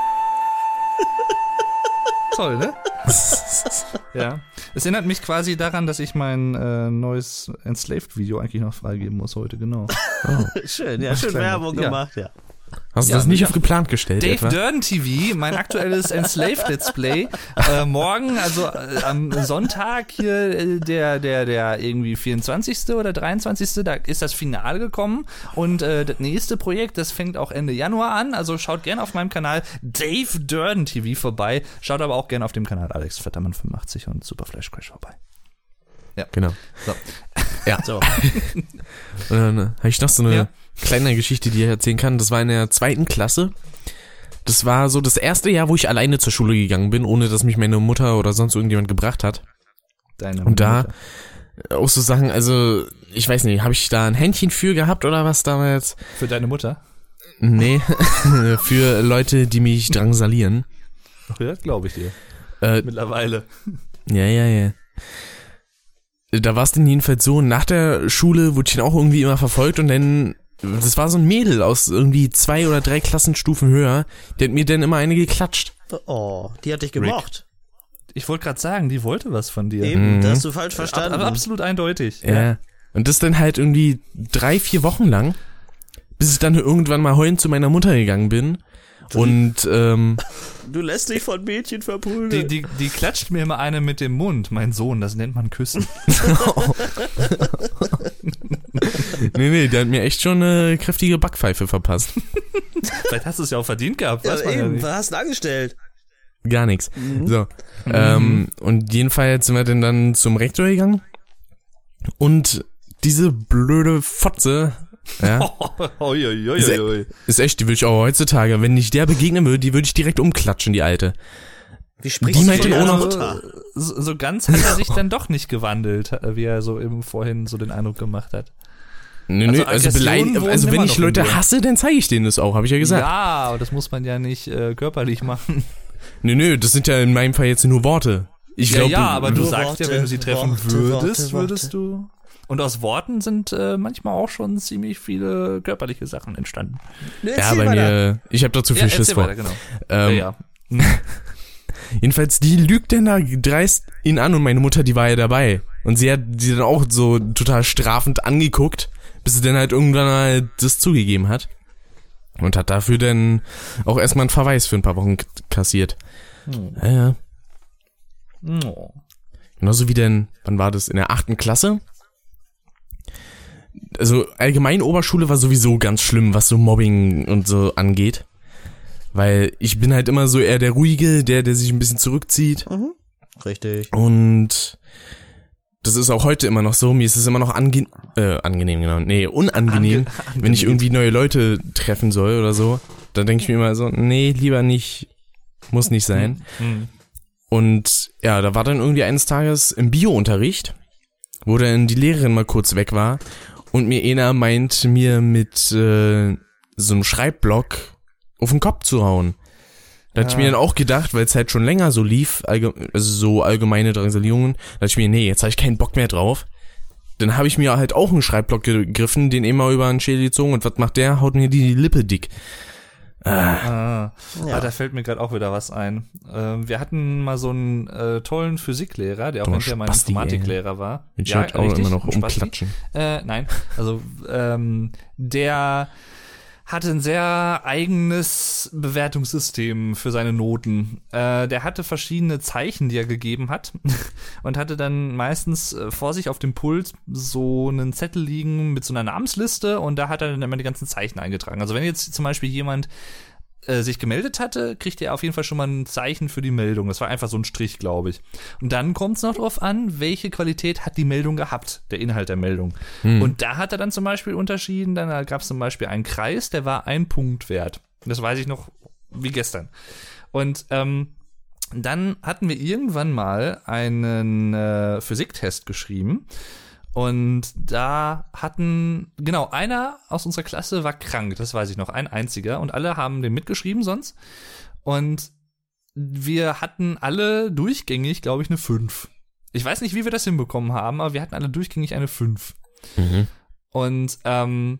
Toll, ne? Ja. Es erinnert mich quasi daran, dass ich mein neues Enslaved-Video eigentlich noch freigeben muss heute, genau. Schön, ja, schön Werbung gemacht, ja. Hast du das nicht auf geplant gestellt? Dave Durden TV, mein aktuelles Enslaved Let's Play. Morgen, also am Sonntag hier, der irgendwie 24. oder 23. Da ist das Finale gekommen. Und das nächste Projekt, das fängt auch Ende Januar an. Also schaut gerne auf meinem Kanal Dave Durden TV vorbei. Schaut aber auch gerne auf dem Kanal Alex Vettermann 85 und Super Flash Crash vorbei. Ja, genau. So. Ja. So. Und dann habe ich noch so eine kleine Geschichte, die ich erzählen kann. Das war in der 2. Klasse. Das war so das erste Jahr, wo ich alleine zur Schule gegangen bin, ohne dass mich meine Mutter oder sonst irgendjemand gebracht hat. Und da auch so Sachen, also ich weiß nicht, habe ich da ein Händchen für gehabt oder was damals? Für deine Mutter? Nee, für Leute, die mich drangsalieren. Ja, glaube ich dir. Mittlerweile. Ja. Da war es dann jedenfalls so, nach der Schule wurde ich dann auch irgendwie immer verfolgt und dann, das war so ein Mädel aus irgendwie 2 oder 3 Klassenstufen höher, die hat mir dann immer eine geklatscht. Oh, die hat dich gemocht. Ich wollte gerade sagen, die wollte was von dir. Eben, das hast du falsch verstanden. Aber absolut eindeutig. Ja. Und das dann halt irgendwie 3-4 Wochen lang, bis ich dann irgendwann mal heulend zu meiner Mutter gegangen bin. Und du lässt dich von Mädchen verprügeln. Die klatscht mir immer eine mit dem Mund, mein Sohn, das nennt man Küssen. Nee, der hat mir echt schon eine kräftige Backpfeife verpasst. Vielleicht hast du es ja auch verdient gehabt, weiß man ja nicht. Was hast du angestellt? Gar nichts. So. Und jedenfalls sind wir dann zum Rektor gegangen und diese blöde Fotze, ja, ist echt, die würde ich auch heutzutage, wenn ich der begegnen würde, die würde ich direkt umklatschen, die Alte. Wie sprichst du von deiner Mutter? So ganz hat er sich dann doch nicht gewandelt, wie er so eben vorhin so den Eindruck gemacht hat. Nö, also wenn ich Leute hasse, dann zeige ich denen das auch, habe ich ja gesagt. Ja, aber das muss man ja nicht körperlich machen. Nö, das sind ja in meinem Fall jetzt nur Worte. Ich glaub, aber du sagst ja, wenn du sie treffen würdest du. Und aus Worten sind manchmal auch schon ziemlich viele körperliche Sachen entstanden. Ja, bei mir, ich habe da zu viel Schiss vor. Genau. Jedenfalls, die lügt denn da dreist ihn an und meine Mutter, die war ja dabei. Und sie hat sie dann auch so total strafend angeguckt, bis sie dann halt irgendwann halt das zugegeben hat. Und hat dafür dann auch erstmal einen Verweis für ein paar Wochen kassiert. Ja. Genauso wie denn, wann war das? In der 8. Klasse? Also allgemein Oberschule war sowieso ganz schlimm, was so Mobbing und so angeht. Weil ich bin halt immer so eher der Ruhige, der sich ein bisschen zurückzieht. Mhm. Richtig. Und das ist auch heute immer noch so. Mir ist es immer noch unangenehm, wenn ich irgendwie neue Leute treffen soll oder so. Da denke ich mir immer so, nee, lieber nicht, muss nicht sein. Und ja, da war dann irgendwie eines Tages im Bio-Unterricht, wo dann die Lehrerin mal kurz weg war und mir einer meint, mir mit so einem Schreibblock auf den Kopf zu hauen. Da hatte ich mir dann auch gedacht, weil es halt schon länger so lief, also so allgemeine Drangsalierungen, da dachte ich mir, nee, jetzt habe ich keinen Bock mehr drauf. Dann habe ich mir halt auch einen Schreibblock gegriffen, den immer über den Schädel gezogen und was macht der? Haut mir die Lippe dick. Da fällt mir gerade auch wieder was ein. Wir hatten mal so einen tollen Physiklehrer, der auch hinterher mein Informatiklehrer war. Ich auch richtig, immer noch umklatschen. Nein, also der hatte ein sehr eigenes Bewertungssystem für seine Noten. Der hatte verschiedene Zeichen, die er gegeben hat und hatte dann meistens vor sich auf dem Pult so einen Zettel liegen mit so einer Namensliste und da hat er dann immer die ganzen Zeichen eingetragen. Also wenn jetzt zum Beispiel jemand sich gemeldet hatte, kriegt er auf jeden Fall schon mal ein Zeichen für die Meldung. Das war einfach so ein Strich, glaube ich. Und dann kommt es noch drauf an, welche Qualität hat die Meldung gehabt, der Inhalt der Meldung. Und da hat er dann zum Beispiel unterschieden, dann gab es zum Beispiel einen Kreis, der war 1 Punkt wert. Das weiß ich noch wie gestern. Und dann hatten wir irgendwann mal einen Physiktest geschrieben. Und da einer aus unserer Klasse war krank, das weiß ich noch, ein einziger. Und alle haben den mitgeschrieben sonst. Und wir hatten alle durchgängig, glaube ich, eine 5. Ich weiß nicht, wie wir das hinbekommen haben, aber wir hatten alle durchgängig eine 5. Und dann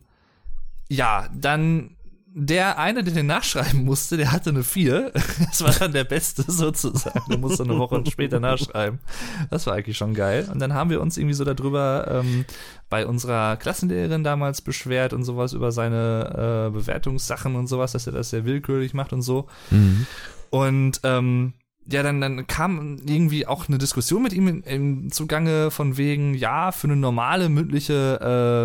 der eine, der den nachschreiben musste, der hatte eine 4. Das war dann der Beste sozusagen. Der musste eine Woche später nachschreiben. Das war eigentlich schon geil. Und dann haben wir uns irgendwie so darüber bei unserer Klassenlehrerin damals beschwert und sowas über seine Bewertungssachen und sowas, dass er das sehr willkürlich macht und so. Und dann kam irgendwie auch eine Diskussion mit ihm im Zugange von wegen, ja, für eine normale mündliche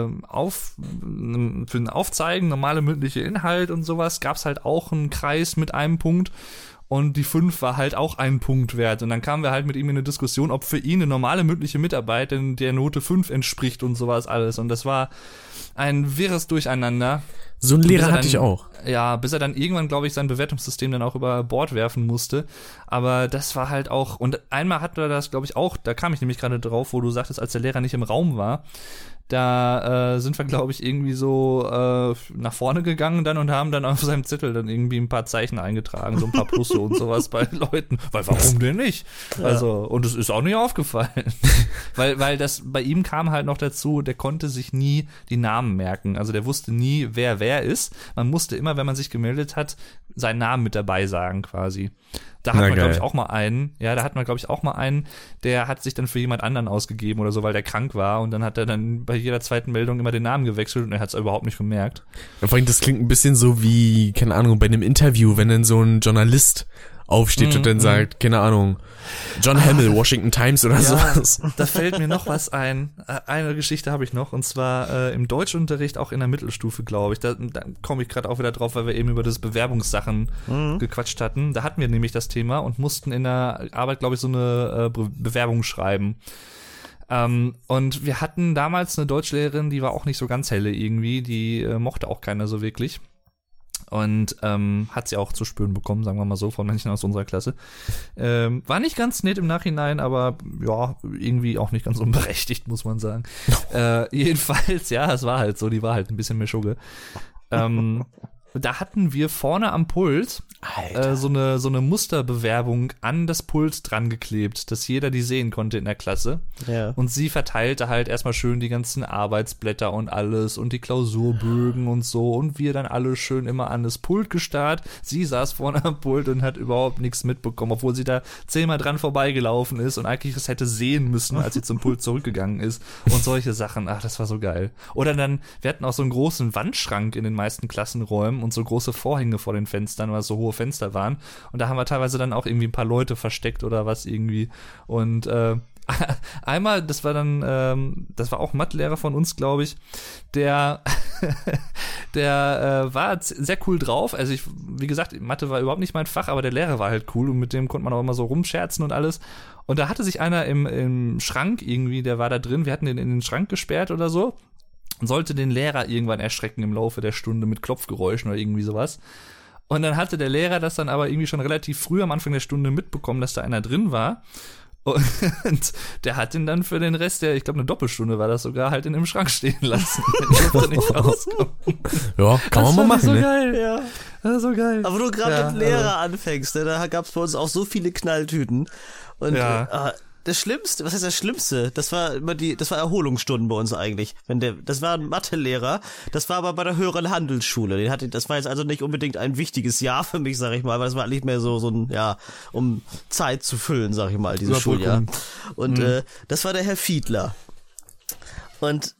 für ein Aufzeigen, normale mündliche Inhalt und sowas, gab's halt auch einen Kreis mit einem Punkt. und die 5 war halt auch einen Punkt wert. Und dann kamen wir halt mit ihm in eine Diskussion, ob für ihn eine normale mündliche Mitarbeit denn der Note 5 entspricht und sowas alles. Und das war ein wirres Durcheinander. So einen Lehrer hatte ich auch. Ja, bis er dann irgendwann, glaube ich, sein Bewertungssystem dann auch über Bord werfen musste. Aber das war halt auch, und einmal hat er das, glaube ich, auch, da kam ich nämlich gerade drauf, wo du sagtest, als der Lehrer nicht im Raum war, da sind wir, glaube ich, irgendwie so nach vorne gegangen dann und haben dann auf seinem Zettel dann irgendwie ein paar Zeichen eingetragen, so ein paar Plusse und sowas bei Leuten. Weil warum denn nicht? Ja. Also, und es ist auch nicht aufgefallen. weil das bei ihm kam halt noch dazu, der konnte sich nie die Namen merken. Also der wusste nie, wer ist. Man musste immer, wenn man sich gemeldet hat, seinen Namen mit dabei sagen quasi. Da hat man, glaube ich, auch mal einen, der hat sich dann für jemand anderen ausgegeben oder so, weil der krank war und dann hat er dann bei jeder zweiten Meldung immer den Namen gewechselt und er hat es überhaupt nicht gemerkt. Ja, vor allem, das klingt ein bisschen so wie, keine Ahnung, bei einem Interview, wenn dann so ein Journalist aufsteht und dann sagt, keine Ahnung, John Hamill, Washington Times oder sowas. Da fällt mir noch was ein. Eine Geschichte habe ich noch, und zwar im Deutschunterricht, auch in der Mittelstufe, glaube ich. Da komme ich gerade auch wieder drauf, weil wir eben über das Bewerbungssachen gequatscht hatten. Da hatten wir nämlich das Thema und mussten in der Arbeit, glaube ich, so eine Bewerbung schreiben. Und wir hatten damals eine Deutschlehrerin, die war auch nicht so ganz helle irgendwie, die mochte auch keiner so wirklich. Und hat sie auch zu spüren bekommen, sagen wir mal so, von Menschen aus unserer Klasse. War nicht ganz nett im Nachhinein, aber ja, irgendwie auch nicht ganz unberechtigt, muss man sagen. Jedenfalls, ja, es war halt so, die war halt ein bisschen Meschugge. Da hatten wir vorne am Pult so eine Musterbewerbung an das Pult dran geklebt, dass jeder die sehen konnte in der Klasse. Ja. Und sie verteilte halt erstmal schön die ganzen Arbeitsblätter und alles und die Klausurbögen und so, und wir dann alle schön immer an das Pult gestarrt. Sie saß vorne am Pult und hat überhaupt nichts mitbekommen, obwohl sie da 10-mal dran vorbeigelaufen ist und eigentlich das hätte sehen müssen, als sie zum Pult zurückgegangen ist und solche Sachen. Ach, das war so geil. Oder dann, wir hatten auch so einen großen Wandschrank in den meisten Klassenräumen und so große Vorhänge vor den Fenstern, weil so hohe Fenster waren. Und da haben wir teilweise dann auch irgendwie ein paar Leute versteckt oder was irgendwie. Und einmal, das war auch ein Mathelehrer von uns, glaube ich, der war sehr cool drauf. Also wie gesagt, Mathe war überhaupt nicht mein Fach, aber der Lehrer war halt cool und mit dem konnte man auch immer so rumscherzen und alles. Und da hatte sich einer im Schrank irgendwie, der war da drin, wir hatten den in den Schrank gesperrt oder so, und sollte den Lehrer irgendwann erschrecken im Laufe der Stunde mit Klopfgeräuschen oder irgendwie sowas. Und dann hatte der Lehrer das dann aber irgendwie schon relativ früh am Anfang der Stunde mitbekommen, dass da einer drin war. Und der hat ihn dann für den Rest ich glaube eine Doppelstunde war das sogar, halt in dem Schrank stehen lassen. Nicht rauskommen. Ja, kann man mal machen, so ne? Geil. Ja, das ist so geil. Aber wo du gerade mit Lehrer anfängst, ne, da gab es bei uns auch so viele Knalltüten. Und das Schlimmste, was heißt das Schlimmste? Das war Erholungsstunden bei uns eigentlich. Das war ein Mathelehrer, das war aber bei der höheren Handelsschule. Das war jetzt also nicht unbedingt ein wichtiges Jahr für mich, sag ich mal, weil das war nicht mehr so ein, ja, um Zeit zu füllen, sag ich mal, dieses Schuljahr. Und das war der Herr Fiedler. Und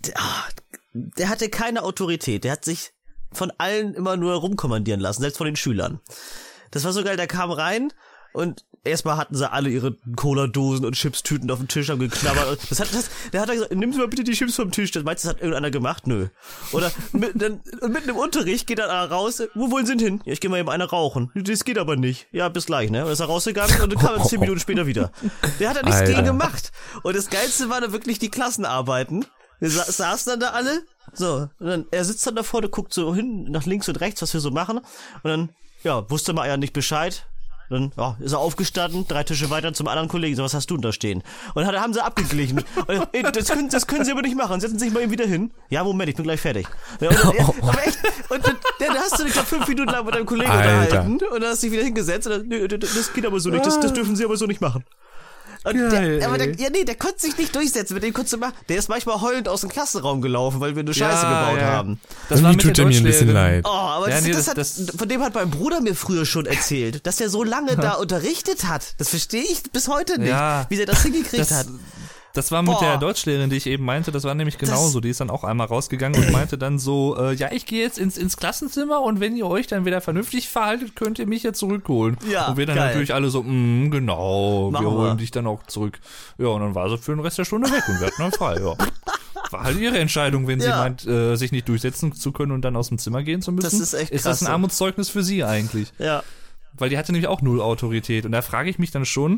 der hatte keine Autorität, der hat sich von allen immer nur rumkommandieren lassen, selbst von den Schülern. Das war so geil, der kam rein und erstmal hatten sie alle ihre Cola-Dosen und Chipstüten auf dem Tisch, haben geknabbert. Der hat dann gesagt, nimm Sie mal bitte die Chips vom Tisch. Das meinst du, das hat irgendeiner gemacht? Nö. Oder mitten im Unterricht geht dann einer raus. Wo wollen Sie denn hin? Ja, ich gehe mal eben eine rauchen. Das geht aber nicht. Ja, bis gleich, ne? Und ist er rausgegangen und dann kam er 10 Minuten später wieder. Der hat da nichts gegen gemacht. Und das Geilste war dann wirklich die Klassenarbeiten. Wir saßen dann da alle. So. Und dann, er sitzt dann da vorne, guckt so hin, nach links und rechts, was wir so machen. Und dann, ja, wusste man ja nicht Bescheid. Dann ist er aufgestanden, 3 Tische weiter zum anderen Kollegen. So, was hast du denn da stehen? Und dann haben sie abgeglichen. Das können sie aber nicht machen. Setzen Sie sich mal eben wieder hin. Ja, Moment, ich bin gleich fertig. Ja, aber echt. Und dann hast du dich da 5 Minuten lang mit deinem Kollegen unterhalten. Und dann hast du dich wieder hingesetzt. Und dann, das geht aber so nicht. Das dürfen Sie aber so nicht machen. Und der konnte sich nicht durchsetzen, mit dem konntest du machen. Der ist manchmal heulend aus dem Klassenraum gelaufen, weil wir eine Scheiße gebaut haben. Das war tut mir ein bisschen leid. Oh, aber von dem hat mein Bruder mir früher schon erzählt, dass er so lange da unterrichtet hat. Das verstehe ich bis heute nicht, wie der das hingekriegt hat. Das war mit der Deutschlehrerin, die ich eben meinte, das war nämlich genauso. Die ist dann auch einmal rausgegangen und meinte dann so, ich gehe jetzt ins Klassenzimmer und wenn ihr euch dann wieder vernünftig verhaltet, könnt ihr mich ja zurückholen. Ja, und wir dann natürlich alle so, genau, wir holen dich dann auch zurück. Ja, und dann war sie für den Rest der Stunde weg und wir hatten dann frei, ja. War halt ihre Entscheidung, wenn sie meint, sich nicht durchsetzen zu können und dann aus dem Zimmer gehen zu müssen. Das ist echt krass. Ist das ein Armutszeugnis für sie eigentlich? Ja. weil die hatte nämlich auch null Autorität. Und da frage ich mich dann schon,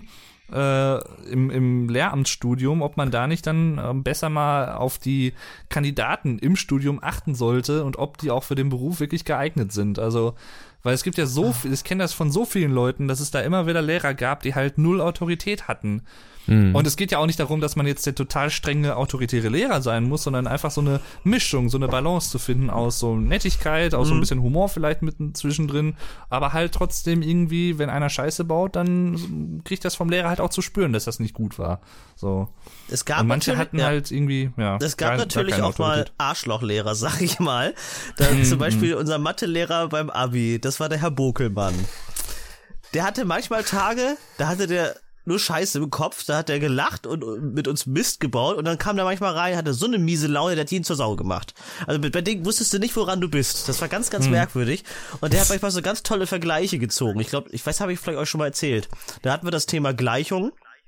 im Lehramtsstudium, ob man da nicht dann besser mal auf die Kandidaten im Studium achten sollte und ob die auch für den Beruf wirklich geeignet sind. Also, weil es gibt ja so viel, ich kenne das von so vielen Leuten, dass es da immer wieder Lehrer gab, die halt null Autorität hatten. Und es geht ja auch nicht darum, dass man jetzt der total strenge, autoritäre Lehrer sein muss, sondern einfach so eine Mischung, so eine Balance zu finden aus so Nettigkeit, aus so ein bisschen Humor vielleicht mit zwischendrin, aber halt trotzdem irgendwie, wenn einer Scheiße baut, dann kriegt das vom Lehrer halt auch zu spüren, dass das nicht gut war. So. Es gab und manche hatten halt irgendwie, es gab natürlich auch mal Arschlochlehrer, sag ich mal. Zum Beispiel unser Mathelehrer beim Abi, das war der Herr Bokelmann. Der hatte manchmal Tage, da hatte der nur Scheiße im Kopf, da hat er gelacht und mit uns Mist gebaut und dann kam der manchmal rein, hatte so eine miese Laune, der hat ihn zur Sau gemacht. Also bei dem wusstest du nicht, woran du bist. Das war ganz, ganz merkwürdig. Und der hat manchmal so ganz tolle Vergleiche gezogen. Ich glaube, habe ich vielleicht euch schon mal erzählt. Da hatten wir das Thema Gleichung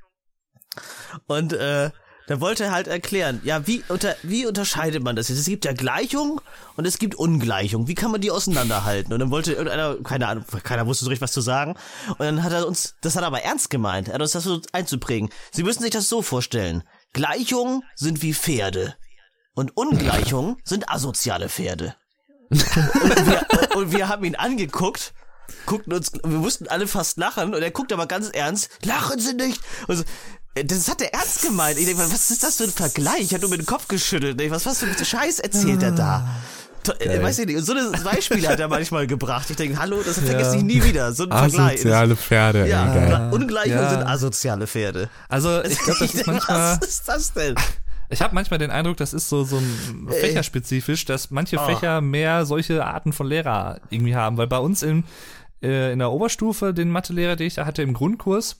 und da wollte er halt erklären, ja, wie unterscheidet man das jetzt? Es gibt ja Gleichung und es gibt Ungleichung. Wie kann man die auseinanderhalten? Und dann wollte irgendeiner, keine Ahnung, keiner wusste so richtig was zu sagen. Und dann hat er uns, das hat er aber ernst gemeint, er hat uns das so einzuprägen. Sie müssen sich das so vorstellen. Gleichungen sind wie Pferde und Ungleichungen sind asoziale Pferde. und wir haben ihn angeguckt, guckten uns, wir mussten alle fast lachen und er guckt aber ganz ernst, lachen Sie nicht! Und so, das hat er ernst gemeint. Ich denke, was ist das für ein Vergleich? Ich habe nur mit dem Kopf geschüttelt. Was für ein Scheiß erzählt er da? Weiß ich nicht. Und so ein Beispiel hat er manchmal gebracht. Ich denke, hallo, das vergesse ich nie wieder. So ein Vergleich. Asoziale Pferde. Ja, Ungleichungen sind asoziale Pferde. Also ich glaube, das ist manchmal... Was ist das denn? Ich habe manchmal den Eindruck, das ist so ein fächerspezifisch, dass manche Fächer mehr solche Arten von Lehrer irgendwie haben. Weil bei uns in der Oberstufe, den Mathelehrer, den ich da hatte im Grundkurs,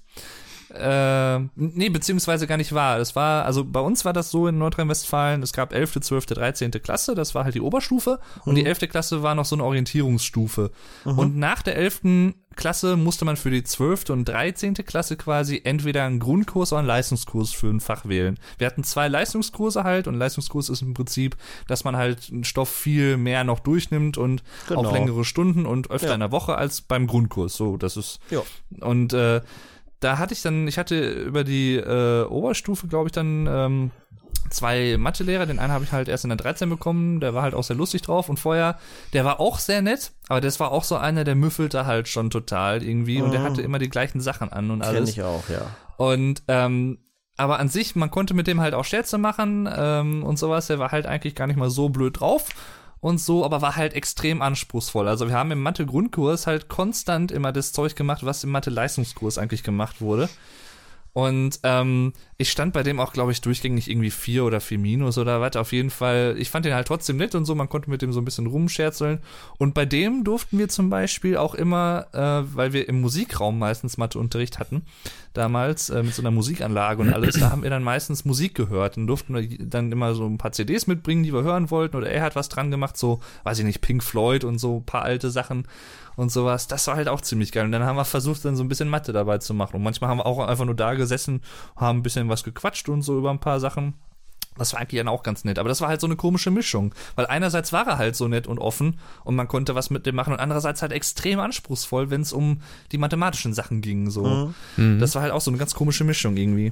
beziehungsweise gar nicht wahr. Das war, also bei uns war das so in Nordrhein-Westfalen, es gab 11., 12., 13. Klasse, das war halt die Oberstufe und die 11. Klasse war noch so eine Orientierungsstufe. Und nach der 11. Klasse musste man für die 12. und 13. Klasse quasi entweder einen Grundkurs oder einen Leistungskurs für ein Fach wählen. Wir hatten 2 Leistungskurse halt und Leistungskurs ist im Prinzip, dass man halt einen Stoff viel mehr noch durchnimmt und auf längere Stunden und öfter in der Woche als beim Grundkurs. So, das ist, und da hatte ich hatte über die Oberstufe, glaube ich, dann 2 Mathelehrer. Den einen habe ich halt erst in der 13 bekommen, der war halt auch sehr lustig drauf. Und vorher, der war auch sehr nett, aber das war auch so einer, der müffelte halt schon total irgendwie. Und der hatte immer die gleichen Sachen an und alles. Kenn ich auch, ja. Und aber an sich, man konnte mit dem halt auch Scherze machen und sowas. Der war halt eigentlich gar nicht mal so blöd drauf. Und so, aber war halt extrem anspruchsvoll. Also wir haben im Mathe-Grundkurs halt konstant immer das Zeug gemacht, was im Mathe-Leistungskurs eigentlich gemacht wurde. Und ich stand bei dem auch, glaube ich, durchgängig irgendwie 4 oder 4- oder was. Auf jeden Fall, ich fand den halt trotzdem nett und so, man konnte mit dem so ein bisschen rumscherzeln. Und bei dem durften wir zum Beispiel auch immer, weil wir im Musikraum meistens Matheunterricht hatten, damals mit so einer Musikanlage und alles, da haben wir dann meistens Musik gehört und durften wir dann immer so ein paar CDs mitbringen, die wir hören wollten, oder er hat was dran gemacht, so, weiß ich nicht, Pink Floyd und so ein paar alte Sachen und sowas. Das war halt auch ziemlich geil. Und dann haben wir versucht, dann so ein bisschen Mathe dabei zu machen. Und manchmal haben wir auch einfach nur da gesessen, haben ein bisschen was gequatscht und so über ein paar Sachen. Das war eigentlich dann auch ganz nett. Aber das war halt so eine komische Mischung. Weil einerseits war er halt so nett und offen und man konnte was mit dem machen und andererseits halt extrem anspruchsvoll, wenn es um die mathematischen Sachen ging. So. Das war halt auch so eine ganz komische Mischung irgendwie.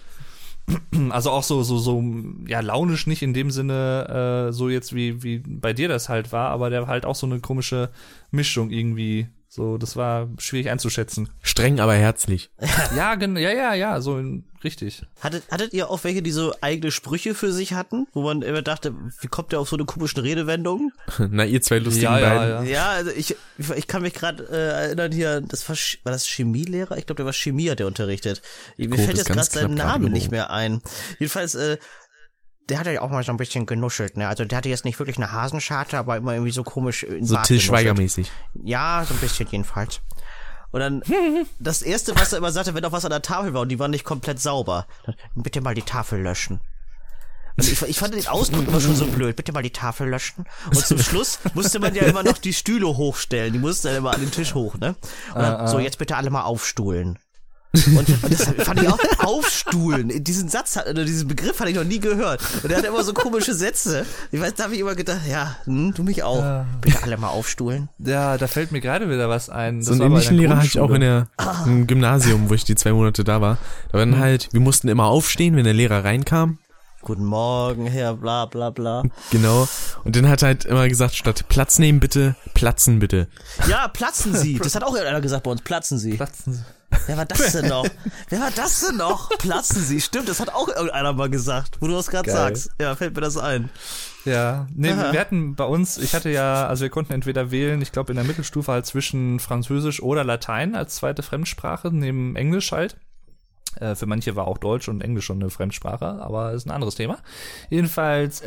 Also auch so ja, launisch nicht in dem Sinne, so jetzt wie bei dir das halt war, aber der war halt auch so eine komische Mischung irgendwie. So, das war schwierig einzuschätzen. Streng, aber herzlich. Ja, so richtig. Hattet ihr auch welche, die so eigene Sprüche für sich hatten, wo man immer dachte, wie kommt der auf so eine komische Redewendung? Na, ihr 2 lustigen beiden. Ja, also ich kann mich gerade erinnern hier, war das Chemielehrer? Ich glaube, der war Chemie, hat der unterrichtet. Mir fällt jetzt gerade sein Name nicht mehr ein. Jedenfalls, der hat ja auch mal so ein bisschen genuschelt, ne? Also der hatte jetzt nicht wirklich eine Hasenscharte, aber immer irgendwie so komisch in so Til Schweiger-mäßig. Ja, so ein bisschen jedenfalls. Und dann, das Erste, was er immer sagte, wenn auch was an der Tafel war und die war nicht komplett sauber, dann, bitte mal die Tafel löschen. Und ich fand den Ausdruck immer schon so blöd, bitte mal die Tafel löschen. Und zum Schluss musste man ja immer noch die Stühle hochstellen, die mussten dann immer an den Tisch hoch, ne? Und dann, so, jetzt bitte alle mal aufstuhlen. Und das fand ich auch aufstuhlen. Diesen diesen Begriff hatte ich noch nie gehört. Und er hat immer so komische Sätze. Ich weiß, da habe ich immer gedacht, du mich auch. Ja. Bitte alle mal aufstuhlen. Ja, da fällt mir gerade wieder was ein. So einen ähnlichen Lehrer hatte ich auch im Gymnasium, wo ich die 2 Monate da war. Da waren wir mussten immer aufstehen, wenn der Lehrer reinkam. Guten Morgen, Herr bla bla bla. Genau. Und dann hat er halt immer gesagt, statt Platz nehmen bitte, platzen bitte. Ja, platzen Sie. Das hat auch einer gesagt bei uns, platzen Sie. Platzen Sie. Wer war das denn noch? Platzen Sie. Stimmt, das hat auch irgendeiner mal gesagt, wo du das gerade sagst. Ja, fällt mir das ein. Ja, nee, wir hatten bei uns, wir konnten entweder wählen, ich glaube in der Mittelstufe halt zwischen Französisch oder Latein als zweite Fremdsprache, neben Englisch halt. Für manche war auch Deutsch und Englisch schon eine Fremdsprache, aber ist ein anderes Thema. Jedenfalls,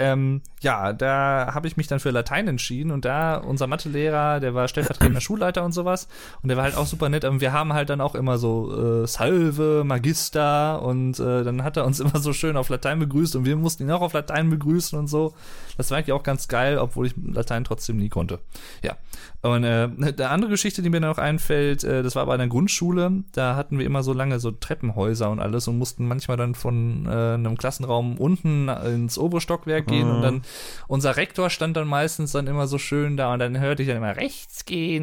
da habe ich mich dann für Latein entschieden und da unser Mathelehrer, der war stellvertretender Schulleiter und sowas und der war halt auch super nett. Und wir haben halt dann auch immer so Salve, Magister und dann hat er uns immer so schön auf Latein begrüßt und wir mussten ihn auch auf Latein begrüßen und so. Das war eigentlich auch ganz geil, obwohl ich Latein trotzdem nie konnte. Ja. Und eine andere Geschichte, die mir noch einfällt, das war aber in der Grundschule, da hatten wir immer so lange so Treppenhäuser und alles und mussten manchmal dann von einem Klassenraum unten ins obere Stockwerk gehen und dann unser Rektor stand dann meistens dann immer so schön da und dann hörte ich dann immer rechts gehen,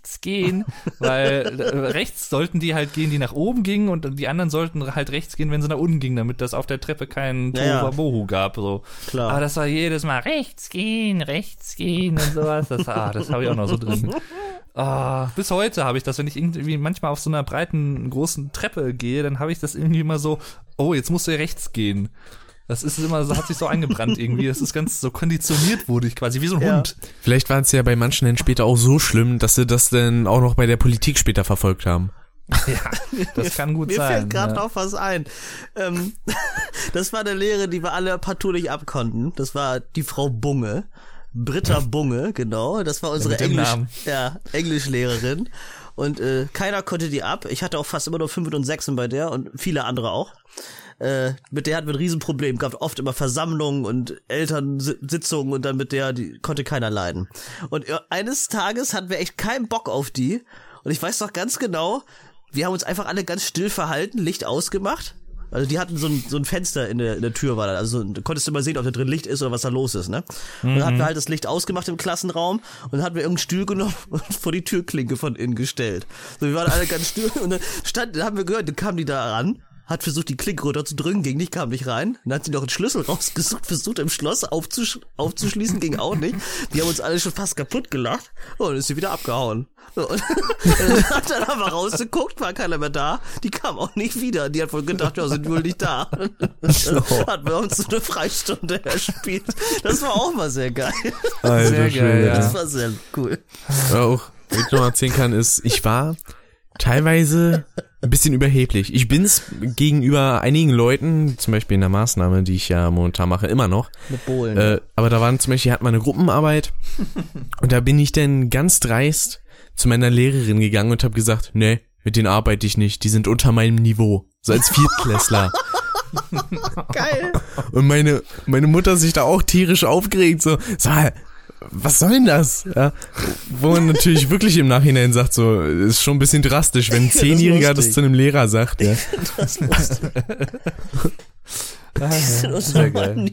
weil rechts sollten die halt gehen, die nach oben gingen und die anderen sollten halt rechts gehen, wenn sie nach unten gingen, damit das auf der Treppe keinen Tohuwabohu gab. So. Klar. Aber das war jedes Mal rechts gehen und sowas. Das habe ich auch noch so drin. Bis heute habe ich das, wenn ich irgendwie manchmal auf so einer breiten, großen Treppe gehe, dann habe ich das irgendwie immer so, jetzt musst du ja rechts gehen. Das ist immer so, hat sich so eingebrannt irgendwie. Das ist ganz so konditioniert wurde ich quasi, wie so ein Hund. Vielleicht war es ja bei manchen dann später auch so schlimm, dass sie das dann auch noch bei der Politik später verfolgt haben. Ja, das kann gut sein. Mir fällt gerade noch was ein. Das war eine Lehre, die wir alle partout nicht abkonnten. Das war die Frau Bunge. Britta Bunge, genau. Das war unsere Englischlehrerin. Und keiner konnte die ab. Ich hatte auch fast immer nur 5 und 6 bei der und viele andere auch. Mit der hatten wir ein Riesenproblem. Gab oft immer Versammlungen und Elternsitzungen und dann mit der, die konnte keiner leiden. Und eines Tages hatten wir echt keinen Bock auf die. Und ich weiß noch ganz genau, wir haben uns einfach alle ganz still verhalten, Licht ausgemacht. Also die hatten so ein Fenster in der Tür war da, also du konntest immer sehen, ob da drin Licht ist oder was da los ist, ne? Und dann hatten wir halt das Licht ausgemacht im Klassenraum und dann hatten wir irgendeinen Stuhl genommen und vor die Türklinke von innen gestellt. So, wir waren alle ganz still und dann haben wir gehört, dann kamen die da ran, hat versucht die Klinke runter zu drücken, ging nicht, kam nicht rein. Dann hat sie noch einen Schlüssel rausgesucht, versucht im Schloss aufzuschließen, ging auch nicht. Die haben uns alle schon fast kaputt gelacht und dann ist sie wieder abgehauen. So, und hat dann aber rausgeguckt, war keiner mehr da. Die kam auch nicht wieder. Die hat wohl gedacht, sind wohl nicht da. Hat bei uns so eine Freistunde erspielt. Das war auch mal sehr geil. Alter, sehr geil, ja. Das war sehr cool. Auch, was ich noch erzählen kann, ist, ich war teilweise ein bisschen überheblich. Ich bin's gegenüber einigen Leuten, zum Beispiel in der Maßnahme, die ich ja momentan mache, immer noch. Mit Bohlen. Aber da waren zum Beispiel, hatten wir eine Gruppenarbeit und da bin ich dann ganz dreist zu meiner Lehrerin gegangen und habe gesagt, nee, mit denen arbeite ich nicht, die sind unter meinem Niveau. So als Viertklässler. Geil. Und meine Mutter sich da auch tierisch aufgeregt, so, was soll denn das? Ja, wo man natürlich wirklich im Nachhinein sagt, so, ist schon ein bisschen drastisch, wenn ein 10-Jähriger das zu einem Lehrer sagt. Ja. Das ist lustig. Sehr geil.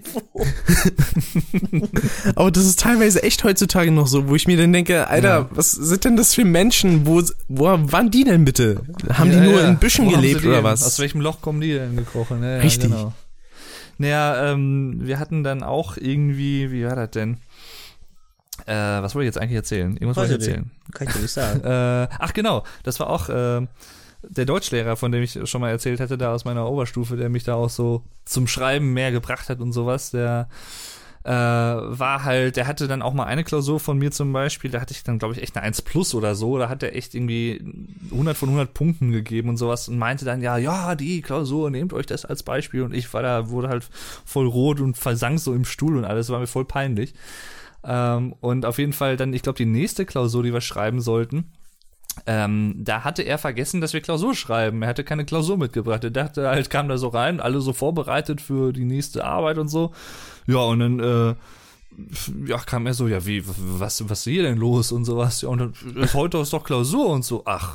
Aber das ist teilweise echt heutzutage noch so, wo ich mir dann denke, Alter, was sind denn das für Menschen? Wo waren die denn bitte? Haben die nur in Büschen gelebt oder was? Aus welchem Loch kommen die denn gekrochen? Ja, richtig. Genau. Naja, wir hatten dann auch irgendwie, wie war das denn? Was wollte ich jetzt eigentlich erzählen? Irgendwas wollte ich erzählen. Kann ich dir nicht sagen. Ach genau, das war auch der Deutschlehrer, von dem ich schon mal erzählt hatte, da aus meiner Oberstufe, der mich da auch so zum Schreiben mehr gebracht hat und sowas, der war halt, der hatte dann auch mal eine Klausur von mir zum Beispiel, da hatte ich dann, glaube ich, echt eine 1+ oder so, da hat er echt irgendwie 100 von 100 Punkten gegeben und sowas und meinte dann, ja, die Klausur, nehmt euch das als Beispiel und ich wurde halt voll rot und versank so im Stuhl und alles, war mir voll peinlich. Und auf jeden Fall dann, ich glaube, die nächste Klausur, die wir schreiben sollten, da hatte er vergessen, dass wir Klausur schreiben. Er hatte keine Klausur mitgebracht. Er dachte halt, kam da so rein, alle so vorbereitet für die nächste Arbeit und so. Ja, und dann kam er so, ja, was ist hier denn los und sowas. Ja, und dann, heute ist doch Klausur und so. Ach,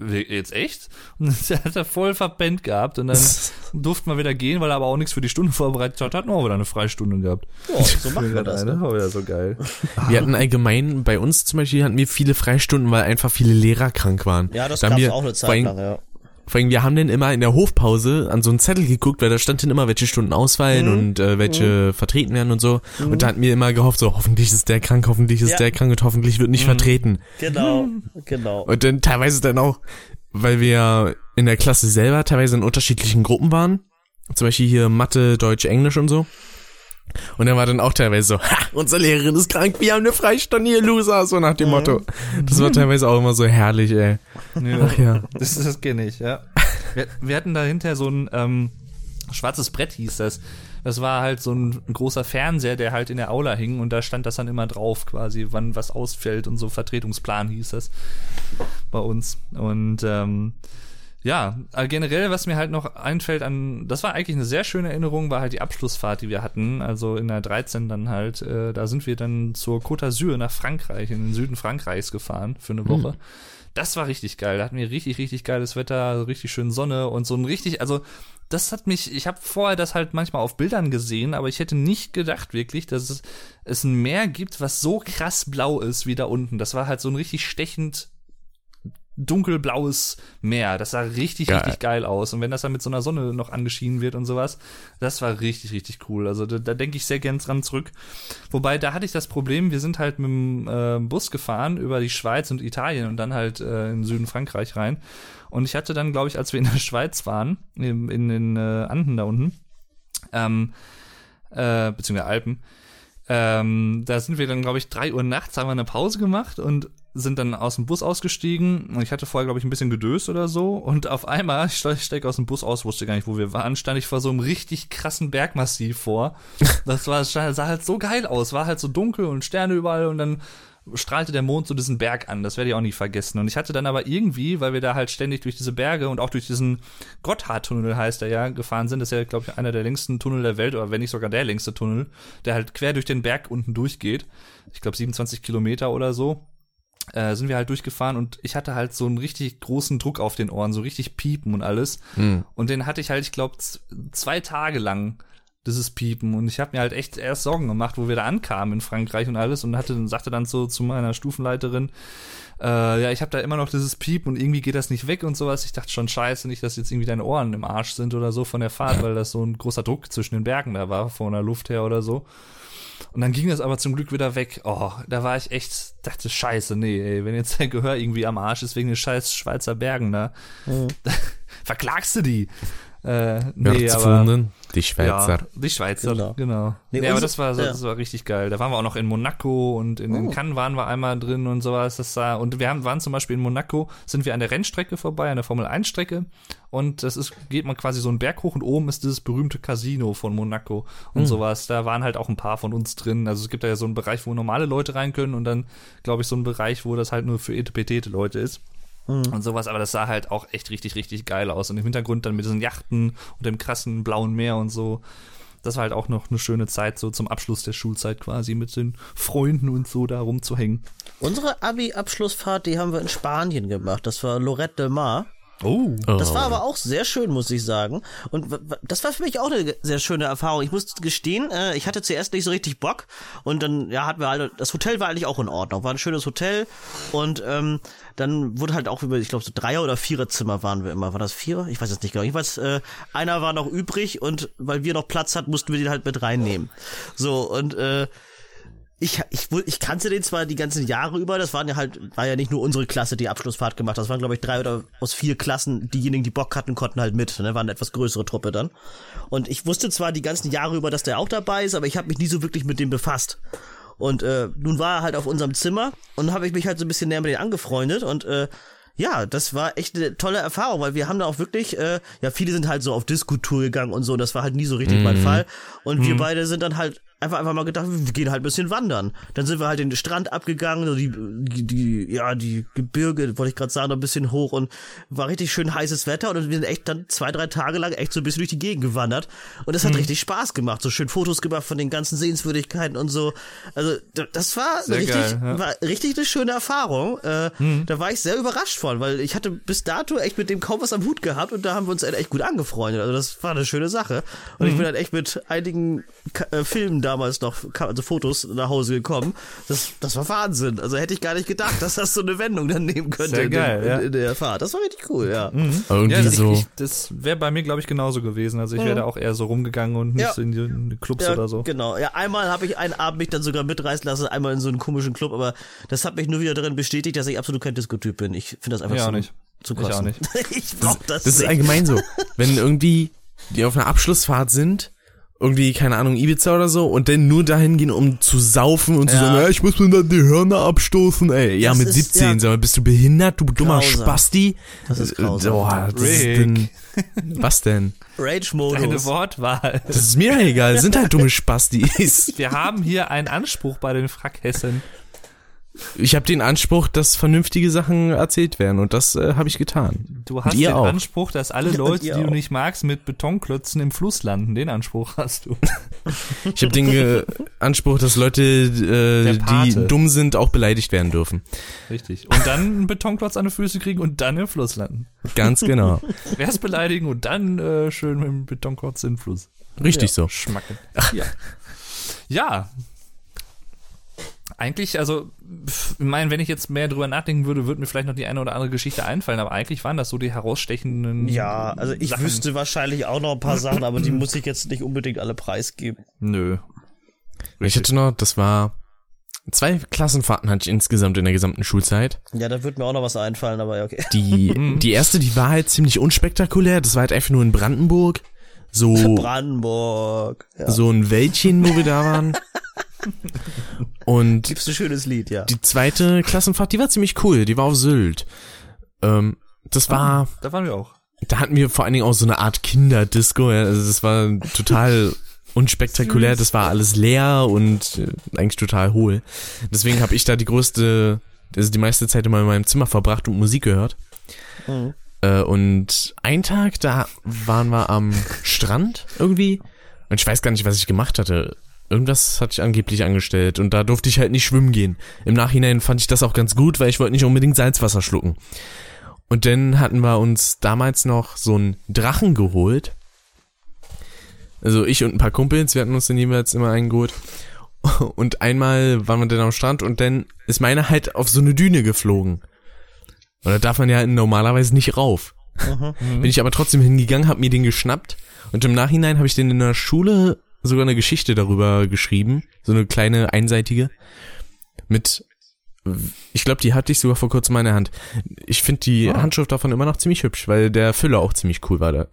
jetzt echt? Und der hat er voll verpennt gehabt und dann durften wir wieder gehen, weil er aber auch nichts für die Stunde vorbereitet hat, hatten wir auch wieder eine Freistunde gehabt. Ja, so machen wir das. Das war wieder so geil. Wir hatten allgemein, bei uns zum Beispiel hatten wir viele Freistunden, weil einfach viele Lehrer krank waren. Ja, das gab es auch eine Zeit lang, ja. Vor allem, wir haben dann immer in der Hofpause an so einen Zettel geguckt, weil da stand dann immer, welche Stunden ausfallen und welche vertreten werden und so. Und da hatten wir immer gehofft, so, hoffentlich ist der krank und hoffentlich wird nicht vertreten. Genau. Und dann teilweise dann auch, weil wir in der Klasse selber teilweise in unterschiedlichen Gruppen waren. Zum Beispiel hier Mathe, Deutsch, Englisch und so. Und dann war dann auch teilweise so, unsere Lehrerin ist krank, wir haben eine Freistunde, ihr Loser, so nach dem Motto. Das war teilweise auch immer so herrlich, ey. Ja, ach ja. Das kenne ich, ja. Wir hatten da hinterher so ein schwarzes Brett, hieß das. Das war halt so ein großer Fernseher, der halt in der Aula hing und da stand das dann immer drauf quasi, wann was ausfällt und so Vertretungsplan hieß das bei uns. Und ja, generell, was mir halt noch einfällt das war eigentlich eine sehr schöne Erinnerung, war halt die Abschlussfahrt, die wir hatten, also in der 13 dann halt, da sind wir dann zur Côte d'Azur nach Frankreich, in den Süden Frankreichs gefahren für eine Woche. Das war richtig geil, da hatten wir richtig, richtig geiles Wetter, also richtig schön Sonne und so ein richtig, also das hat mich, ich habe vorher das halt manchmal auf Bildern gesehen, aber ich hätte nicht gedacht wirklich, dass es ein Meer gibt, was so krass blau ist wie da unten. Das war halt so ein richtig stechend dunkelblaues Meer. Das sah richtig, richtig geil aus. Und wenn das dann mit so einer Sonne noch angeschienen wird und sowas, das war richtig, richtig cool. Also da denke ich sehr gern dran zurück. Wobei, da hatte ich das Problem, wir sind halt mit dem Bus gefahren über die Schweiz und Italien und dann halt in den Süden Frankreich rein. Und ich hatte dann, glaube ich, als wir in der Schweiz waren, in den Anden da unten, beziehungsweise Alpen, da sind wir dann, glaube ich, 3 Uhr nachts, haben wir eine Pause gemacht und sind dann aus dem Bus ausgestiegen und ich hatte vorher, glaube ich, ein bisschen gedöst oder so und auf einmal, ich steige aus dem Bus aus, wusste gar nicht, wo wir waren, stand ich vor so einem richtig krassen Bergmassiv vor. Das sah halt so geil aus, war halt so dunkel und Sterne überall und dann strahlte der Mond so diesen Berg an, das werde ich auch nie vergessen. Und ich hatte dann aber irgendwie, weil wir da halt ständig durch diese Berge und auch durch diesen Gotthardtunnel heißt der ja, gefahren sind, das ist ja, glaube ich, einer der längsten Tunnel der Welt, oder wenn nicht sogar der längste Tunnel, der halt quer durch den Berg unten durchgeht. Ich glaube 27 Kilometer oder so. Sind wir halt durchgefahren und ich hatte halt so einen richtig großen Druck auf den Ohren, so richtig Piepen und alles. Und den hatte ich halt, ich glaube, 2 Tage lang, dieses Piepen. Und ich habe mir halt echt erst Sorgen gemacht, wo wir da ankamen in Frankreich und alles und sagte dann so zu meiner Stufenleiterin, ja, ich habe da immer noch dieses Piepen und irgendwie geht das nicht weg und sowas. Ich dachte schon, scheiße, nicht, dass jetzt irgendwie deine Ohren im Arsch sind oder so von der Fahrt, weil das so ein großer Druck zwischen den Bergen da war, von der Luft her oder so. Und dann ging das aber zum Glück wieder weg. Oh, da war ich echt, dachte, scheiße, nee, ey, wenn jetzt dein Gehör irgendwie am Arsch ist wegen den scheiß Schweizer Bergen da, verklagst du die. Nee, aber die Schweizer. Ja, die Schweizer, genau. Nee, aber das war richtig geil. Da waren wir auch noch in Monaco und in Cannes waren wir einmal drin und sowas. Und wir waren zum Beispiel in Monaco, sind wir an der Rennstrecke vorbei, an der Formel-1-Strecke. Und geht man quasi so einen Berg hoch und oben ist dieses berühmte Casino von Monaco und sowas. Da waren halt auch ein paar von uns drin. Also es gibt da ja so einen Bereich, wo normale Leute rein können und dann, glaube ich, so einen Bereich, wo das halt nur für etepetete Leute ist. Und sowas, aber das sah halt auch echt richtig, richtig geil aus. Und im Hintergrund dann mit diesen Yachten und dem krassen blauen Meer und so. Das war halt auch noch eine schöne Zeit, so zum Abschluss der Schulzeit quasi, mit den Freunden und so da rumzuhängen. Unsere Abi-Abschlussfahrt, die haben wir in Spanien gemacht. Das war Lloret de Mar. Oh. Das war aber auch sehr schön, muss ich sagen. Und das war für mich auch eine sehr schöne Erfahrung. Ich muss gestehen, ich hatte zuerst nicht so richtig Bock. Und dann, ja, hatten wir halt, das Hotel war eigentlich auch in Ordnung. War ein schönes Hotel. Und dann wurde halt auch, ich glaube, so 3er- oder 4er-Zimmer waren wir immer. War das 4er? Ich weiß es nicht genau. Jedenfalls, einer war noch übrig und weil wir noch Platz hatten, mussten wir den halt mit reinnehmen. So, und ich kannte den zwar die ganzen Jahre über, war ja nicht nur unsere Klasse, die Abschlussfahrt gemacht hat, das waren, glaube ich, 3 oder aus 4 Klassen, diejenigen, die Bock hatten, konnten halt mit, ne, waren eine etwas größere Truppe dann. Und ich wusste zwar die ganzen Jahre über, dass der auch dabei ist, aber ich habe mich nie so wirklich mit dem befasst. Und nun war er halt auf unserem Zimmer und habe ich mich halt so ein bisschen näher mit denen angefreundet und ja, das war echt eine tolle Erfahrung, weil wir haben da auch wirklich, ja, viele sind halt so auf Disco-Tour gegangen und so, das war halt nie so richtig mein Fall. Und wir beide sind dann halt einfach mal gedacht, wir gehen halt ein bisschen wandern. Dann sind wir halt den Strand abgegangen, so die Gebirge, wollte ich gerade sagen, noch ein bisschen hoch und war richtig schön heißes Wetter und wir sind echt dann 2-3 Tage lang echt so ein bisschen durch die Gegend gewandert und das hat richtig Spaß gemacht, so schön Fotos gemacht von den ganzen Sehenswürdigkeiten und so. Also das war war richtig eine schöne Erfahrung. Da war ich sehr überrascht von, weil ich hatte bis dato echt mit dem kaum was am Hut gehabt und da haben wir uns echt gut angefreundet. Also das war eine schöne Sache. Und ich bin halt echt mit einigen Filmen damals noch, also Fotos nach Hause gekommen. Das war Wahnsinn. Also hätte ich gar nicht gedacht, dass das so eine Wendung dann nehmen könnte in der Fahrt. Das war richtig cool, ja. Irgendwie das wäre bei mir, glaube ich, genauso gewesen. Also ich wäre da auch eher so rumgegangen und nicht so in die Clubs oder so. Genau. Ja, einmal habe ich einen Abend mich dann sogar mitreißen lassen, einmal in so einen komischen Club, aber das hat mich nur wieder darin bestätigt, dass ich absolut kein Disco-Typ bin. Ich finde das einfach zu krass. Ich auch nicht. Ich brauch das ist allgemein so. Wenn irgendwie die auf einer Abschlussfahrt sind, irgendwie, keine Ahnung, Ibiza oder so, und dann nur dahin gehen, um zu saufen und zu sagen, ja, ich muss mir dann die Hörner abstoßen, ey. Ja, das mit 17, sag mal, bist du behindert, du dummer grausam. Spasti? Das ist grausam. Was denn? Rage-Modus. Deine Wortwahl. Das ist mir egal, sind halt dumme Spastis. Wir haben hier einen Anspruch bei den Frackhessen. Ich habe den Anspruch, dass vernünftige Sachen erzählt werden und das habe ich getan. Du hast den Anspruch, dass alle Leute, die du nicht magst, mit Betonklötzen im Fluss landen. Den Anspruch hast du. Ich habe den Anspruch, dass Leute, die dumm sind, auch beleidigt werden dürfen. Richtig. Und dann einen Betonklotz an die Füße kriegen und dann im Fluss landen. Ganz genau. Erst beleidigen und dann schön mit dem Betonklotz in den Fluss. Richtig so. Schmacken. Ja. Eigentlich, also, ich meine, wenn ich jetzt mehr drüber nachdenken würde, würde mir vielleicht noch die eine oder andere Geschichte einfallen, aber eigentlich waren das so die herausstechenden Ja, also ich Sachen. wüsste wahrscheinlich auch noch ein paar Sachen, aber die muss ich jetzt nicht unbedingt alle preisgeben. Nö. Ich hatte noch, das war 2 Klassenfahrten hatte ich insgesamt in der gesamten Schulzeit. Ja, da wird mir auch noch was einfallen, aber ja, okay. Die erste, die war halt ziemlich unspektakulär, das war halt einfach nur in Brandenburg. So Brandenburg. Ja. So ein Wäldchen, wo wir da waren. Und gibt's ein schönes Lied, ja. Die zweite Klassenfahrt, die war ziemlich cool, die war auf Sylt. Das war... Da waren wir auch. Da hatten wir vor allen Dingen auch so eine Art Kinderdisco, ja, also das war total unspektakulär, das war alles leer und eigentlich total hohl. Deswegen habe ich da die meiste Zeit immer in meinem Zimmer verbracht und Musik gehört. Mhm. Und einen Tag, da waren wir am Strand irgendwie und ich weiß gar nicht, was ich gemacht hatte. Irgendwas hatte ich angeblich angestellt und da durfte ich halt nicht schwimmen gehen. Im Nachhinein fand ich das auch ganz gut, weil ich wollte nicht unbedingt Salzwasser schlucken. Und dann hatten wir uns damals noch so einen Drachen geholt. Also ich und ein paar Kumpels, wir hatten uns dann jeweils immer einen geholt. Und einmal waren wir dann am Strand und dann ist meiner halt auf so eine Düne geflogen. Und da darf man ja normalerweise nicht rauf. Bin ich aber trotzdem hingegangen, hab mir den geschnappt und im Nachhinein habe ich den in der Schule sogar eine Geschichte darüber geschrieben, so eine kleine einseitige mit, ich glaube, die hatte ich sogar vor kurzem in der Hand. Ich finde die Handschrift davon immer noch ziemlich hübsch, weil der Füller auch ziemlich cool war da.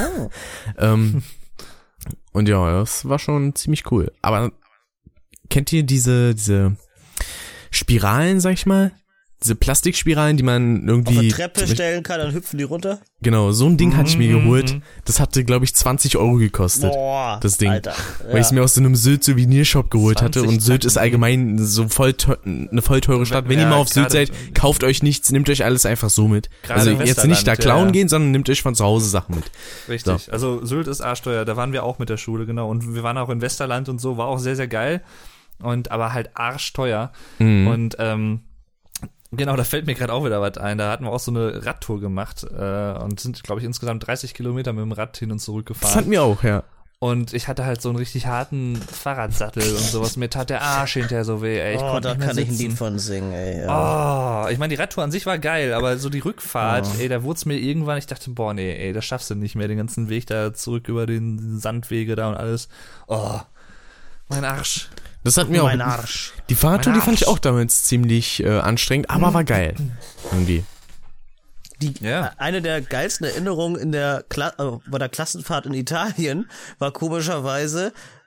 Und ja, das war schon ziemlich cool. Aber kennt ihr diese Spiralen, sag ich mal? Diese Plastikspiralen, die man irgendwie... auf eine Treppe stellen kann, dann hüpfen die runter? Genau, so ein Ding hatte ich mir geholt. Das hatte, glaube ich, 20 € gekostet. Boah, das Ding. Alter. Ja. Weil ich es mir aus so einem Sylt-Souvenirshop geholt hatte. Und Sylt ist allgemein so eine voll teure Stadt. Wenn ihr mal auf Sylt seid, kauft euch nichts, nehmt euch alles einfach so mit. Also jetzt nicht da klauen gehen, sondern nehmt euch von zu Hause Sachen mit. Richtig. So. Also Sylt ist arschteuer. Da waren wir auch mit der Schule, genau. Und wir waren auch in Westerland und so. War auch sehr, sehr geil. Aber halt arschteuer. Und genau, da fällt mir gerade auch wieder was ein. Da hatten wir auch so eine Radtour gemacht und sind, glaube ich, insgesamt 30 Kilometer mit dem Rad hin und zurück gefahren. Das hatten wir auch, ja. Und ich hatte halt so einen richtig harten Fahrradsattel und sowas. Mir tat der Arsch hinterher so weh, ey. Ich konnte da nicht mehr kann ich ein sitzen. Lied von singen, ey. Ja. Ich meine, die Radtour an sich war geil, aber so die Rückfahrt, ey, da wurde es mir irgendwann, ich dachte, boah, nee, ey, das schaffst du nicht mehr, den ganzen Weg da zurück über den Sandwege da und alles. Oh, mein Arsch. Das hat mir auch. Arsch. Die Fahrradtour, die fand ich auch damals ziemlich anstrengend, aber war geil. Irgendwie. Eine der geilsten Erinnerungen bei der Klassenfahrt in Italien war komischerweise,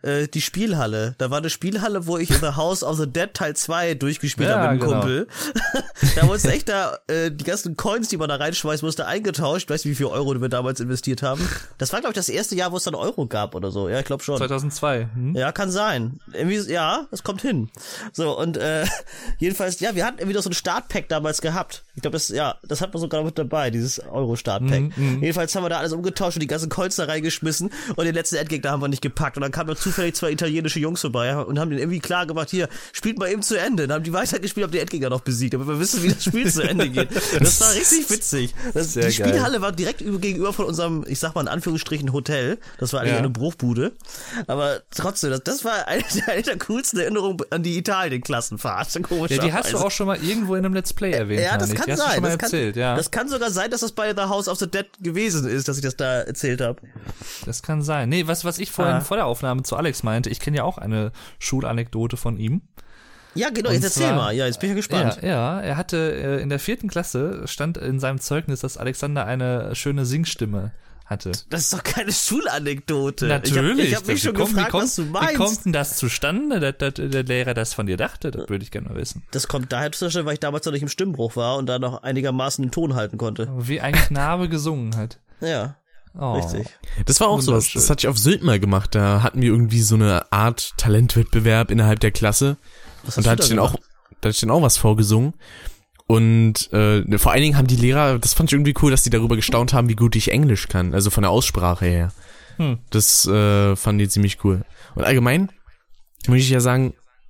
die Spielhalle. Da war eine Spielhalle, wo ich The House of the Dead Teil 2 durchgespielt habe mit einem Kumpel. Da wurden echt die ganzen Coins, die man da reinschmeißen musste, eingetauscht. Weißt du, wie viel Euro wir damals investiert haben? Das war, glaube ich, das erste Jahr, wo es dann Euro gab oder so. Ja, ich glaube schon. 2002. Ja, kann sein. Irgendwie, ja, es kommt hin. So, und jedenfalls, ja, wir hatten irgendwie noch so ein Startpack damals gehabt. Ich glaube, das hat man sogar mit dabei, dieses Euro-Startpack. Jedenfalls haben wir da alles umgetauscht und die ganzen Coins da reingeschmissen und den letzten Endgegner haben wir nicht gepackt. Und dann kamen zufällig 2 italienische Jungs vorbei und haben den irgendwie klar gemacht, hier, spielt mal eben zu Ende. Dann haben die weitergespielt, haben den Endgegner noch besiegt, damit wir wissen, wie das Spiel zu Ende geht. Das war richtig witzig. Die Spielhalle war direkt gegenüber von unserem, ich sag mal in Anführungsstrichen, Hotel. Das war eigentlich eine Bruchbude. Aber trotzdem, das war eine der coolsten Erinnerungen an die Italien-Klassenfahrt. Ja, die hast du auch schon mal irgendwo in einem Let's Play erwähnt. Ja, das kann sein. Das kann sogar sein, dass das bei The House of the Dead gewesen ist, dass ich das da erzählt habe. Das kann sein. Nee, was ich vorhin vor der Aufnahme zu Alex meinte, ich kenne ja auch eine Schulanekdote von ihm. Ja, genau, jetzt erzähl mal. Ja, jetzt bin ich ja gespannt. Ja, er hatte in der 4. Klasse, stand in seinem Zeugnis, dass Alexander eine schöne Singstimme hatte. Das ist doch keine Schulanekdote. Natürlich. Ich hab mich schon gefragt, was du meinst. Wie kommt denn das zustande, dass der Lehrer das von dir dachte? Das würde ich gerne mal wissen. Das kommt daher zustande, weil ich damals noch nicht im Stimmbruch war und da noch einigermaßen den Ton halten konnte. Wie ein Knabe gesungen hat. Ja. Oh. Richtig. Das war auch so, das hatte ich auf Sylt mal gemacht. Da hatten wir irgendwie so eine Art Talentwettbewerb innerhalb der Klasse. Und da hatte ich dann auch was vorgesungen. Und vor allen Dingen haben die Lehrer, das fand ich irgendwie cool, dass die darüber gestaunt haben, wie gut ich Englisch kann, also von der Aussprache her. Das fanden die ziemlich cool. Und allgemein muss ich ja sagen,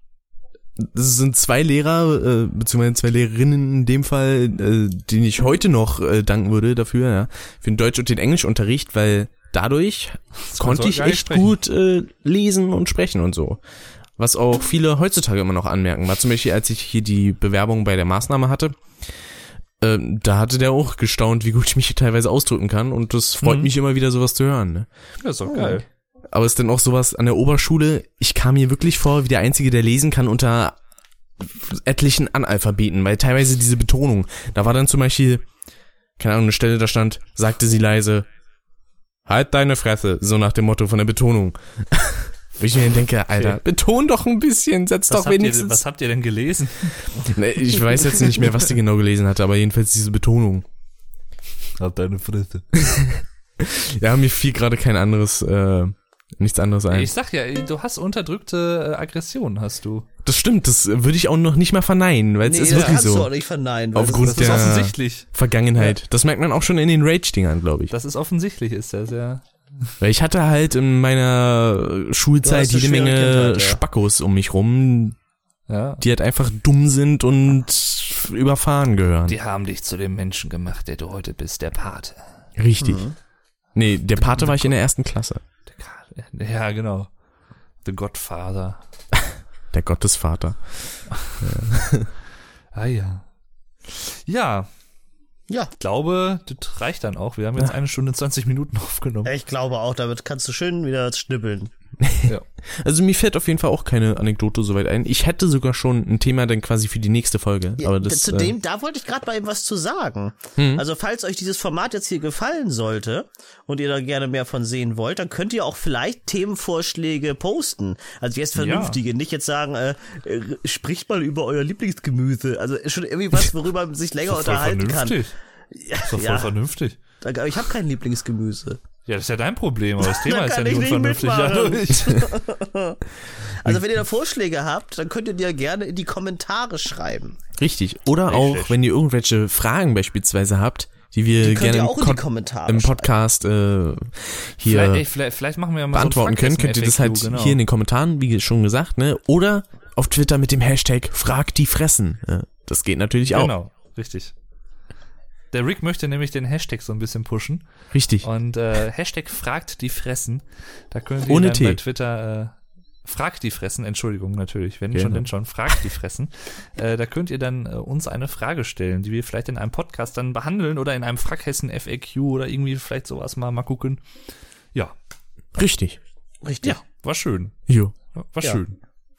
das sind 2 Lehrer, beziehungsweise 2 Lehrerinnen in dem Fall, denen ich heute noch danken würde dafür, ja, für den Deutsch- und den Englischunterricht, weil dadurch konnte ich echt gut lesen und sprechen und so. Was auch viele heutzutage immer noch anmerken. War zum Beispiel, als ich hier die Bewerbung bei der Maßnahme hatte, da hatte der auch gestaunt, wie gut ich mich teilweise ausdrücken kann. Und das freut mich immer wieder, sowas zu hören. Ne? Das ist doch geil. Aber es ist dann auch sowas an der Oberschule. Ich kam mir wirklich vor, wie der Einzige, der lesen kann unter etlichen Analphabeten. Weil teilweise diese Betonung. Da war dann zum Beispiel, keine Ahnung, eine Stelle, da stand, sagte sie leise, halt deine Fresse. So nach dem Motto von der Betonung. Wo ich mir denke, Alter, beton doch ein bisschen, setz doch wenigstens. Was habt ihr denn gelesen? Ich weiß jetzt nicht mehr, was die genau gelesen hatte, aber jedenfalls diese Betonung. Halt deine Fresse. Ja, mir fiel gerade nichts anderes ein. Ich sag ja, du hast unterdrückte Aggression, hast du. Das stimmt, das würde ich auch noch nicht mal verneinen, weil es ist wirklich so. Das kannst du auch nicht verneinen. Aufgrund das ist der offensichtlich. Vergangenheit. Ja. Das merkt man auch schon in den Rage-Dingern, glaube ich. Das ist offensichtlich, ist das, ja. Weil ich hatte halt in meiner Schulzeit jede Menge Spackos um mich rum, die halt einfach dumm sind und überfahren gehören. Die haben dich zu dem Menschen gemacht, der du heute bist, der Pate. Richtig. Nee, der Pate war ich in der 1. Klasse. Ja, genau. The Godfather. Der Gottesvater. Ja. Ja, ich glaube, das reicht dann auch. Wir haben jetzt 1 Stunde 20 Minuten aufgenommen. Ich glaube auch, damit kannst du schön wieder schnippeln. Ja. Also mir fällt auf jeden Fall auch keine Anekdote soweit ein. Ich hätte sogar schon ein Thema dann quasi für die nächste Folge. Ja, aber da wollte ich gerade mal eben was zu sagen. Also falls euch dieses Format jetzt hier gefallen sollte und ihr da gerne mehr von sehen wollt, dann könnt ihr auch vielleicht Themenvorschläge posten. Also jetzt vernünftige, nicht jetzt sagen, spricht mal über euer Lieblingsgemüse. Also schon irgendwie was, worüber man sich länger unterhalten kann. Ja, ist doch voll vernünftig. Aber ich habe kein Lieblingsgemüse. Ja, das ist ja dein Problem, aber das Thema ist ja nicht unvernünftig. Also wenn ihr da Vorschläge habt, dann könnt ihr die ja gerne in die Kommentare schreiben. Richtig. Oder auch, wenn ihr irgendwelche Fragen beispielsweise habt, die wir gerne im Podcast hier vielleicht machen wir ja mal beantworten können, könnt ihr das halt hier in den Kommentaren, wie schon gesagt, ne? Oder auf Twitter mit dem Hashtag #FragDieFressen. Das geht natürlich auch. Genau, richtig. Der Rick möchte nämlich den Hashtag so ein bisschen pushen. Richtig. Und Hashtag #FragDieFressen. Da könnt ihr ohne dann T. bei Twitter #FragDieFressen, Entschuldigung natürlich, wenn schon, denn schon, #FragDieFressen. Da könnt ihr dann uns eine Frage stellen, die wir vielleicht in einem Podcast dann behandeln oder in einem Fraghessen FAQ oder irgendwie vielleicht sowas mal gucken. Ja. Richtig. Ja, war schön. Jo. War schön.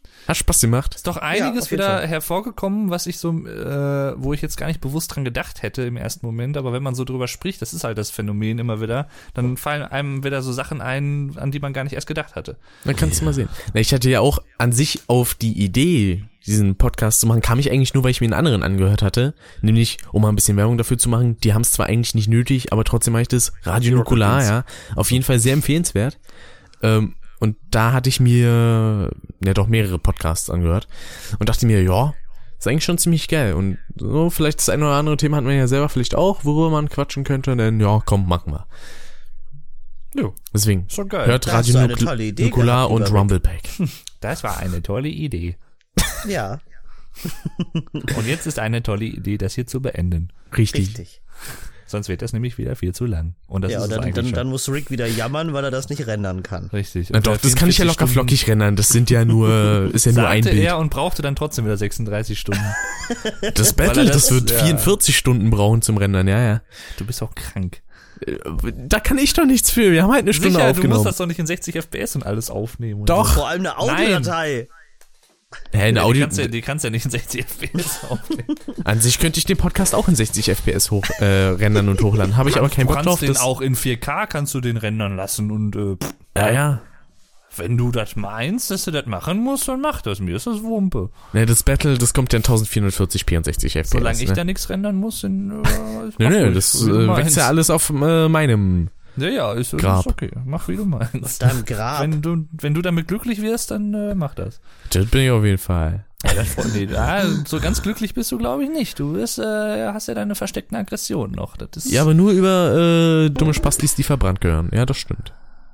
Hat Spaß gemacht. Ist doch einiges wieder hervorgekommen, was ich so, wo ich jetzt gar nicht bewusst dran gedacht hätte im ersten Moment, aber wenn man so drüber spricht, das ist halt das Phänomen immer wieder, dann fallen einem wieder so Sachen ein, an die man gar nicht erst gedacht hatte. Dann kannst du mal sehen. Ich hatte ja auch an sich auf die Idee, diesen Podcast zu machen, kam ich eigentlich nur, weil ich mir einen anderen angehört hatte, nämlich, um mal ein bisschen Werbung dafür zu machen, die haben es zwar eigentlich nicht nötig, aber trotzdem mache ich das, Radio Nukular, ja, auf jeden Fall sehr empfehlenswert. Und da hatte ich mir doch mehrere Podcasts angehört und dachte mir, ja, ist eigentlich schon ziemlich geil. Und so vielleicht das eine oder andere Thema hat man ja selber vielleicht auch, worüber man quatschen könnte. Denn ja, komm, machen wir. Jo. Deswegen, schon geil. Hört Radio Nukular und Rumblepack. Das war eine tolle Idee. Ja. Und jetzt ist eine tolle Idee, das hier zu beenden. Richtig. Sonst wird das nämlich wieder viel zu lang. Und das ist dann muss Rick wieder jammern, weil er das nicht rendern kann. Richtig. Na doch, das kann ich ja locker flockig rendern. Das sind ja nur, ist ja nur ein Bild. Er und brauchte dann trotzdem wieder 36 Stunden. Das Battle, das wird 44 Stunden brauchen zum Rendern, ja. Du bist auch krank. Da kann ich doch nichts für. Wir haben halt eine Stunde aufgenommen. Du musst das doch nicht in 60 FPS und alles aufnehmen. Und doch. So. Vor allem eine Audiodatei. Eine die kannst ja nicht in 60 FPS aufnehmen. An sich könnte ich den Podcast auch in 60 FPS rendern und hochladen. Habe ich aber keinen Bock drauf. Du kannst den auch in 4K kannst du den rendern lassen und ja. Wenn du das meinst, dass du das machen musst, dann mach das. Mir ist das Wumpe. Ne, das Battle, das kommt ja in 1440p und 60 FPS. Solange ich da nichts rendern muss, dann nee, das wächst ja alles auf meinem Ja, ist Grab. Okay. Mach, wie du meinst. Auf deinem Grab. Wenn du damit glücklich wirst, dann mach das. Das bin ich auf jeden Fall. Ja, so ganz glücklich bist du, glaube ich, nicht. Du hast ja deine versteckten Aggressionen noch. Das ist ja, aber nur über dumme Spastis, die verbrannt gehören. Ja, das stimmt.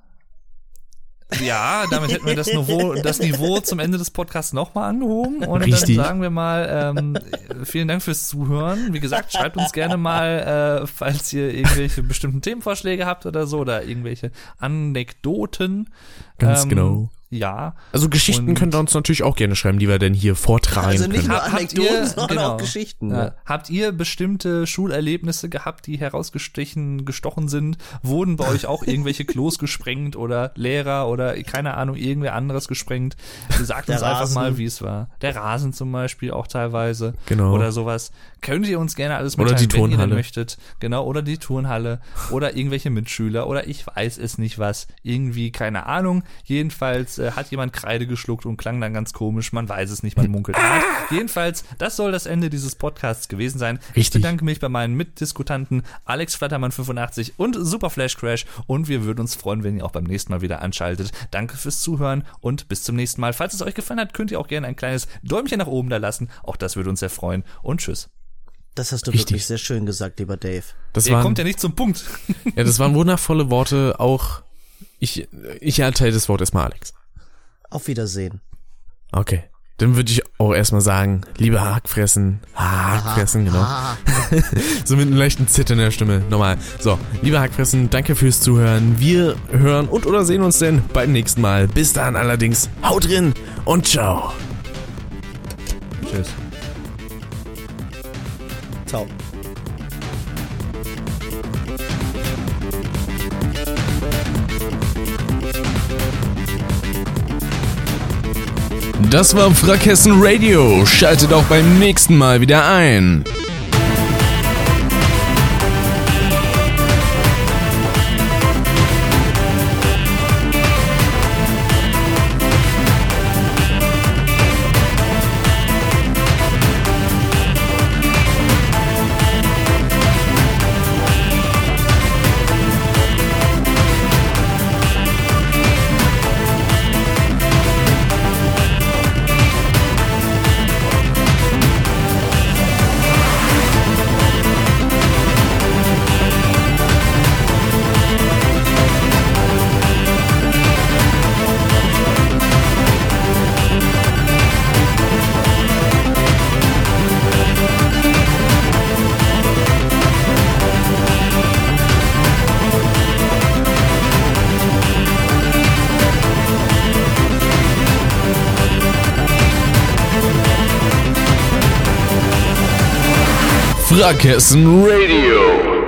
Ja, damit hätten wir das Niveau zum Ende des Podcasts nochmal angehoben. Und Richtig. Dann sagen wir mal, vielen Dank fürs Zuhören. Wie gesagt, schreibt uns gerne mal, falls ihr irgendwelche bestimmten Themenvorschläge habt oder so, oder irgendwelche Anekdoten. Ganz genau. Ja. Also Geschichten könnt ihr uns natürlich auch gerne schreiben, die wir denn hier vortragen also nicht können. nur Anekdoten, sondern auch Geschichten. Ja. Habt ihr bestimmte Schulerlebnisse gehabt, die gestochen sind? Wurden bei euch auch irgendwelche Klos gesprengt oder Lehrer oder keine Ahnung, irgendwer anderes gesprengt? Sagt uns einfach mal, wie es war. Der Rasen zum Beispiel auch teilweise. Genau. Oder sowas. Könnt ihr uns gerne alles mitteilen, oder die Turnhalle. wenn ihr möchtet. Genau, oder die Turnhalle. Oder irgendwelche Mitschüler. Oder ich weiß es nicht was. Irgendwie, keine Ahnung. Jedenfalls hat jemand Kreide geschluckt und klang dann ganz komisch. Man weiß es nicht, man munkelt nach. Jedenfalls, das soll das Ende dieses Podcasts gewesen sein. Richtig. Ich bedanke mich bei meinen Mitdiskutanten Alex Flattermann85 und Super Flash Crash und wir würden uns freuen, wenn ihr auch beim nächsten Mal wieder anschaltet. Danke fürs Zuhören und bis zum nächsten Mal. Falls es euch gefallen hat, könnt ihr auch gerne ein kleines Däumchen nach oben da lassen. Auch das würde uns sehr freuen und tschüss. Das hast du wirklich sehr schön gesagt, lieber Dave. Ihr kommt ja nicht zum Punkt. Ja, das waren wundervolle Worte. Auch ich erteile das Wort erstmal Alex. Auf Wiedersehen. Okay. Dann würde ich auch erstmal sagen, liebe Hackfressen, genau. So mit einem leichten Zittern in der Stimme, nochmal. So, liebe Hackfressen, danke fürs Zuhören. Wir hören und oder sehen uns denn beim nächsten Mal. Bis dahin allerdings, haut drin und ciao. Tschüss. Ciao. Das war Frackhessen Radio. Schaltet auch beim nächsten Mal wieder ein. Frackhessen Radio.